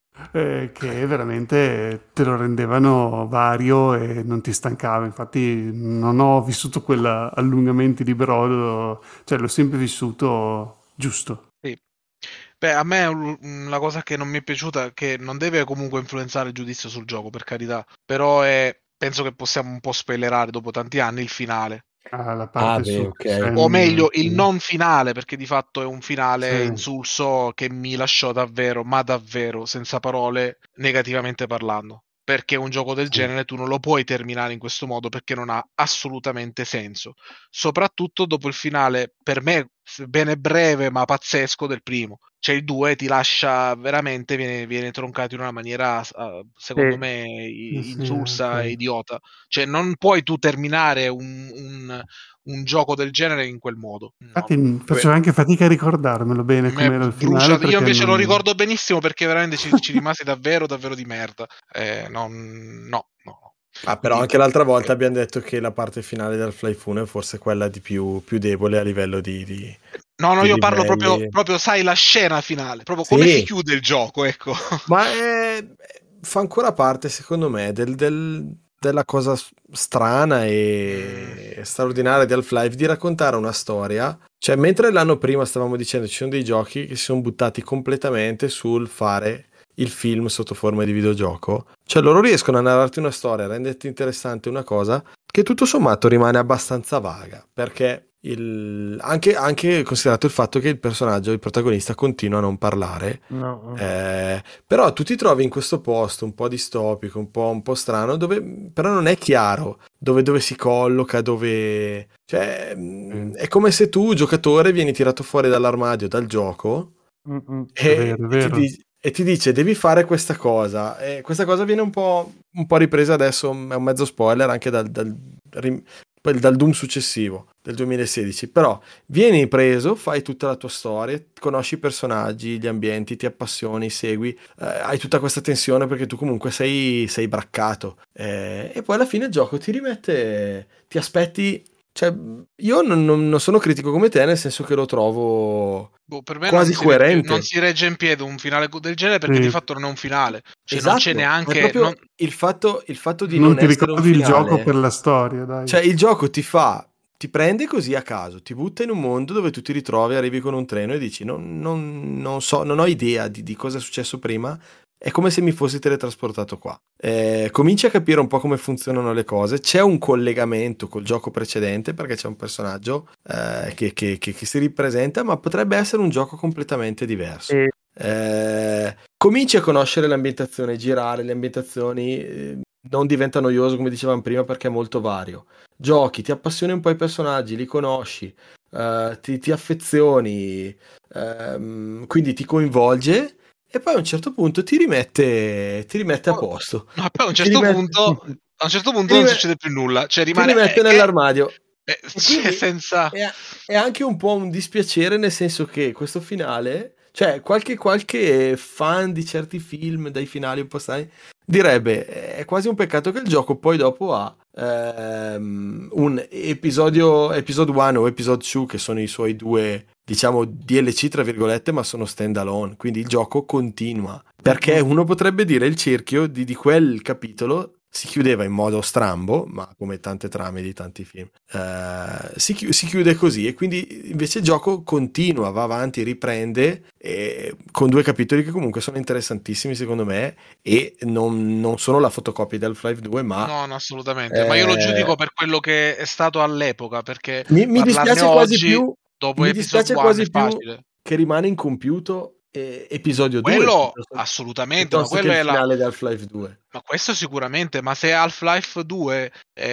eh, che veramente te lo rendevano vario e non ti stancava. Infatti non ho vissuto quella allungamenti di brodo, cioè l'ho sempre vissuto giusto. Sì. Beh, a me un- la cosa che non mi è piaciuta, che non deve comunque influenzare il giudizio sul gioco, per carità, però è, penso che possiamo un po' spoilerare dopo tanti anni il finale. Ah, la Ah, parte beh, su ok. O Sen, meglio, il non finale, perché di fatto è un finale sì. insulso che mi lasciò davvero, ma davvero, senza parole, negativamente parlando. Perché un gioco del Sì. genere tu non lo puoi terminare in questo modo perché non ha assolutamente senso. Soprattutto dopo il finale, per me, bene breve ma pazzesco del primo. Cioè il due ti lascia veramente, viene, viene troncato in una maniera, eh, secondo Sì. me, Sì, i- sì, insulsa e ok. idiota. Cioè non puoi tu terminare un, un- un gioco del genere in quel modo. No, Infatti vabbè, faccio anche fatica a ricordarmelo bene a me com'era il brucia. finale Io perché invece lo non... ricordo benissimo perché veramente ci, ci rimasi davvero, davvero di merda. Eh, non- no, no, no. Ah, però Quindi, anche l'altra volta abbiamo detto che la parte finale del Fly Fune è forse quella di più, più debole a livello di, di- no, no, di io parlo proprio, livelli. proprio, sai, la scena finale, proprio come si Sì, chiude il gioco, ecco. ma è- fa ancora parte, secondo me, del- del- della cosa s- strana Mm, e straordinaria di Half-Life di raccontare una storia. Cioè, mentre l'anno prima stavamo dicendo ci sono dei giochi che si sono buttati completamente sul fare il film sotto forma di videogioco, cioè loro riescono a narrarti una storia, a renderti interessante una cosa che tutto sommato rimane abbastanza vaga, perché il- anche, anche considerato il fatto che il personaggio, il protagonista, continua a non parlare. No. Eh, però tu ti trovi in questo posto un po' distopico, un po', un po' strano, dove però non è chiaro dove, dove si colloca, dove... Cioè, mh, Sì. è come se tu, giocatore, vieni tirato fuori dall'armadio, dal gioco, Mm-mm. È e, vero, è e ti, vero. di- e ti dice devi fare questa cosa. E questa cosa viene un po', un po' ripresa adesso, è un mezzo spoiler anche dal, dal, rim- poi dal Doom successivo del duemilasedici. Però vieni preso, fai tutta la tua storia, conosci i personaggi, gli ambienti, ti appassioni, segui, eh, hai tutta questa tensione perché tu comunque sei, sei braccato. Eh, e poi alla fine il gioco ti rimette, ti aspetti. Cioè, io non, non- non sono critico come te, nel senso che lo trovo boh, per me non quasi si, regge, non coerente. si regge in piedi un finale del genere perché di Sì. fatto non è un finale. Cioè non c'è Esatto, è neanche... proprio non- il fatto, il fatto di Non non ti essere un ricordi il gioco per finale. la storia, dai. Cioè, il gioco ti fa, ti prende così a caso, ti butta in un mondo dove tu ti ritrovi, arrivi con un treno e dici: Non, non- non so, non ho idea di, di cosa è successo prima, è come se mi fossi teletrasportato qua. Eh, cominci a capire un po' come funzionano le cose, c'è un collegamento col gioco precedente perché c'è un personaggio eh, che, che, che, che si ripresenta, ma potrebbe essere un gioco completamente diverso. E... Eh, cominci a conoscere l'ambientazione, girare le ambientazioni, eh, non diventa noioso come dicevamo prima perché è molto vario. Giochi, ti appassioni un po' i personaggi, li conosci, eh, ti, ti affezioni, ehm, quindi ti coinvolge. E poi a un certo punto ti rimette, ti rimette a posto. No, poi a un certo rimette, punto, a un certo punto non rimette, succede più nulla. Cioè rimane, ti rimette eh, nell'armadio. Eh, E quindi senza... è, è anche un po' un dispiacere, nel senso che questo finale, cioè qualche, qualche fan di certi film, dai finali un po' strani, direbbe è quasi un peccato che il gioco poi dopo ha ehm, un episodio episode uno o episode due, che sono i suoi due, diciamo, D L C tra virgolette, ma sono stand alone, quindi il gioco continua, perché uno potrebbe dire il cerchio di, di quel capitolo si chiudeva in modo strambo, ma come tante trame di tanti film, eh, si, chi- si chiude così, e quindi invece il gioco continua, va avanti, riprende, e, con due capitoli che comunque sono interessantissimi secondo me, e non, non sono la fotocopia di Half-Life due, ma No, no, assolutamente. Ma io lo eh, giudico per quello che è stato all'epoca, perché mi, mi parlarne dispiace quasi oggi, più dopo mi episode dispiace uno, è quasi più facile. che rimane incompiuto eh, episodio due Quello piuttosto, assolutamente, ma piuttosto che quello il è la... finale di Half-Life due. Ma questo sicuramente, ma se Half-Life due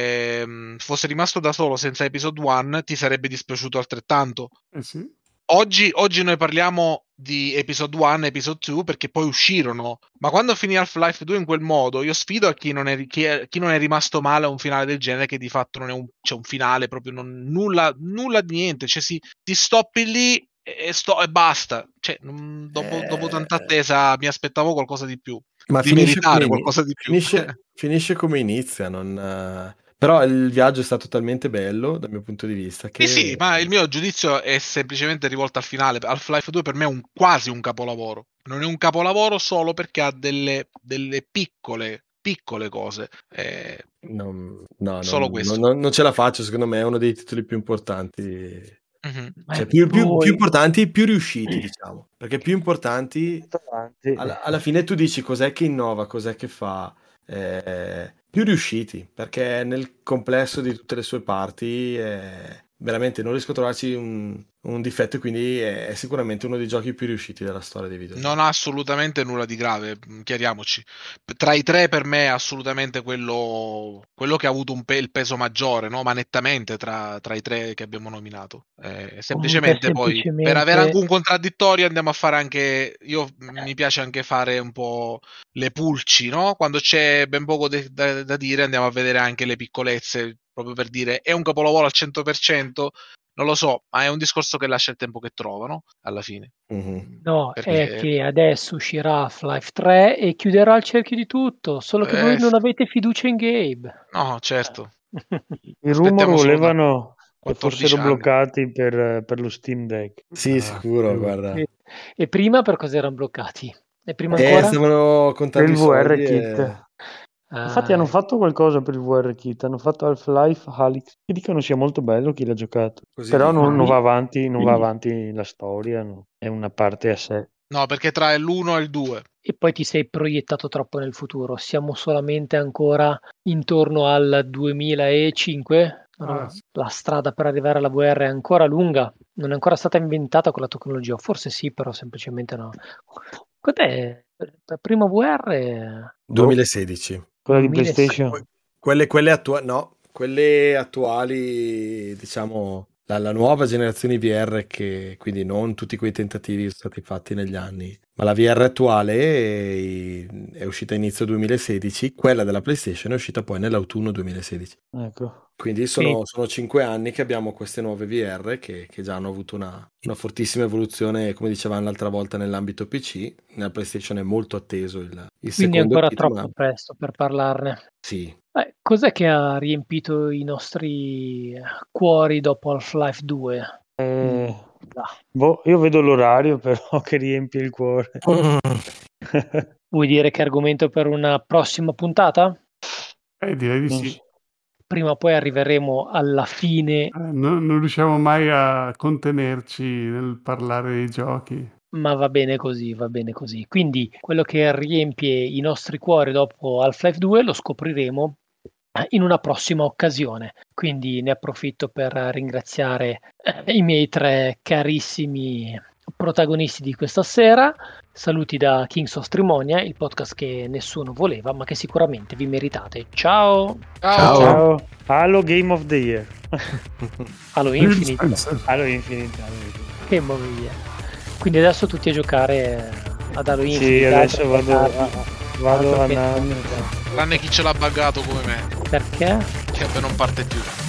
ehm, fosse rimasto da solo senza episode uno, ti sarebbe dispiaciuto altrettanto. Eh sì. Oggi, oggi noi parliamo di episode uno e episode due perché poi uscirono, ma quando finì Half-Life due in quel modo, io sfido a chi non è, chi è, chi non è rimasto male a un finale del genere, che di fatto non è un, c'è un finale proprio, non, nulla, nulla di niente, cioè si, ti stoppi lì e, sto, e basta, cioè, non- dopo, dopo tanta Eh, attesa mi aspettavo qualcosa di più, ma di finisce come, meritare ini- qualcosa di più. finisce, finisce come inizia, non, eh, però il viaggio è stato talmente bello dal mio punto di vista Sì, sì, che ma il mio giudizio è semplicemente rivolto al finale. Half-Life due per me è un, quasi un capolavoro. Non è un capolavoro solo perché ha delle, delle piccole, piccole cose. Eh, non, no, solo non, questo. non- non ce la faccio, secondo me è uno dei titoli più importanti, Mhm. cioè Eh, più, più- poi- più importanti, più riusciti, diciamo, perché più importanti Avanti. alla, alla fine tu dici cos'è che innova, cos'è che fa, eh, più riusciti, perché nel complesso di tutte le sue parti eh, veramente non riesco a trovarci un, un difetto, e quindi è, è sicuramente uno dei giochi più riusciti della storia dei videogiochi. Non ha assolutamente nulla di grave, mh, chiariamoci. P- Tra i tre per me è assolutamente quello, quello che ha avuto un pe- il peso maggiore, no? Ma nettamente tra, tra i tre che abbiamo nominato. Eh, Comunque semplicemente poi, per avere anche semplicemente un contraddittorio, andiamo a fare anche... Io mh, mi piace anche fare un po' le pulci, no? Quando c'è ben poco de- da, da dire, andiamo a vedere anche le piccolezze, proprio per dire è un capolavoro al cento per cento. Non lo so, ma è un discorso che lascia il tempo che trova, no? Alla fine. Mhm. no, è Perché che adesso uscirà Half-Life tre e chiuderà il cerchio di tutto, solo che voi eh, non avete fiducia in Gabe. no, certo. I rumor Aspettiamo solo da volevano che quattordici fossero anni. bloccati per, per lo Steam Deck. Sì, Ah, sicuro, sì. guarda. E, e prima per cosa erano bloccati? E prima Eh, ancora? stavano Per contando il i V R soldi Kit. e... Infatti Ah, hanno fatto qualcosa per il V R Kit, hanno fatto Half-Life Alyx, che dicono sia molto bello chi l'ha giocato. Così Però dicono. non, non va avanti, non va avanti la storia, no. È una parte a sé. No, perché tra l'uno e il due. e poi ti sei proiettato troppo nel futuro. Siamo solamente ancora intorno al duemilacinque. Ah, sì. La strada per arrivare alla V R è ancora lunga, non è ancora stata inventata quella tecnologia. Forse sì, però semplicemente no. Cos'è? La prima V R? duemilasedici. Quella di duemilasei. PlayStation? Quelle, quelle attuali, no, quelle attuali, diciamo, la, la nuova generazione V R, che quindi non tutti quei tentativi sono stati fatti negli anni, ma la V R attuale è, è uscita a inizio duemilasedici, quella della PlayStation è uscita poi nell'autunno duemilasedici. Ecco. Quindi sono, Sì. sono cinque anni che abbiamo queste nuove V R che, che già hanno avuto una, una fortissima evoluzione, come dicevamo l'altra volta, nell'ambito P C. Nella PlayStation è molto atteso il, il Quindi è secondo ancora kit, troppo ma presto per parlarne. sì. Eh, cos'è che ha riempito i nostri cuori dopo Half-Life due? Eh, Ah, boh, io vedo l'orario però che riempie il cuore. vuoi dire che argomento per una prossima puntata? Eh, direi di Non sì. so. Prima o poi arriveremo alla fine. Eh, non, non riusciamo mai a contenerci nel parlare dei giochi. ma va bene così, va bene così. Quindi quello che riempie i nostri cuori dopo Half-Life due lo scopriremo in una prossima occasione. Quindi ne approfitto per ringraziare eh, i miei tre carissimi protagonisti di questa sera. Saluti da Kings of Trimonia, il podcast che nessuno voleva ma che sicuramente vi meritate. Ciao! Ciao! Ciao. Halo Game of the Year. Halo Infinite. Halo Infinite. Halo Infinite. Che meraviglia. Quindi adesso tutti a giocare ad Halo Infinite. Sì, adesso vado, a, vado Altro a che- andare. Tranne chi ce l'ha buggato come me, Perché? che non parte più.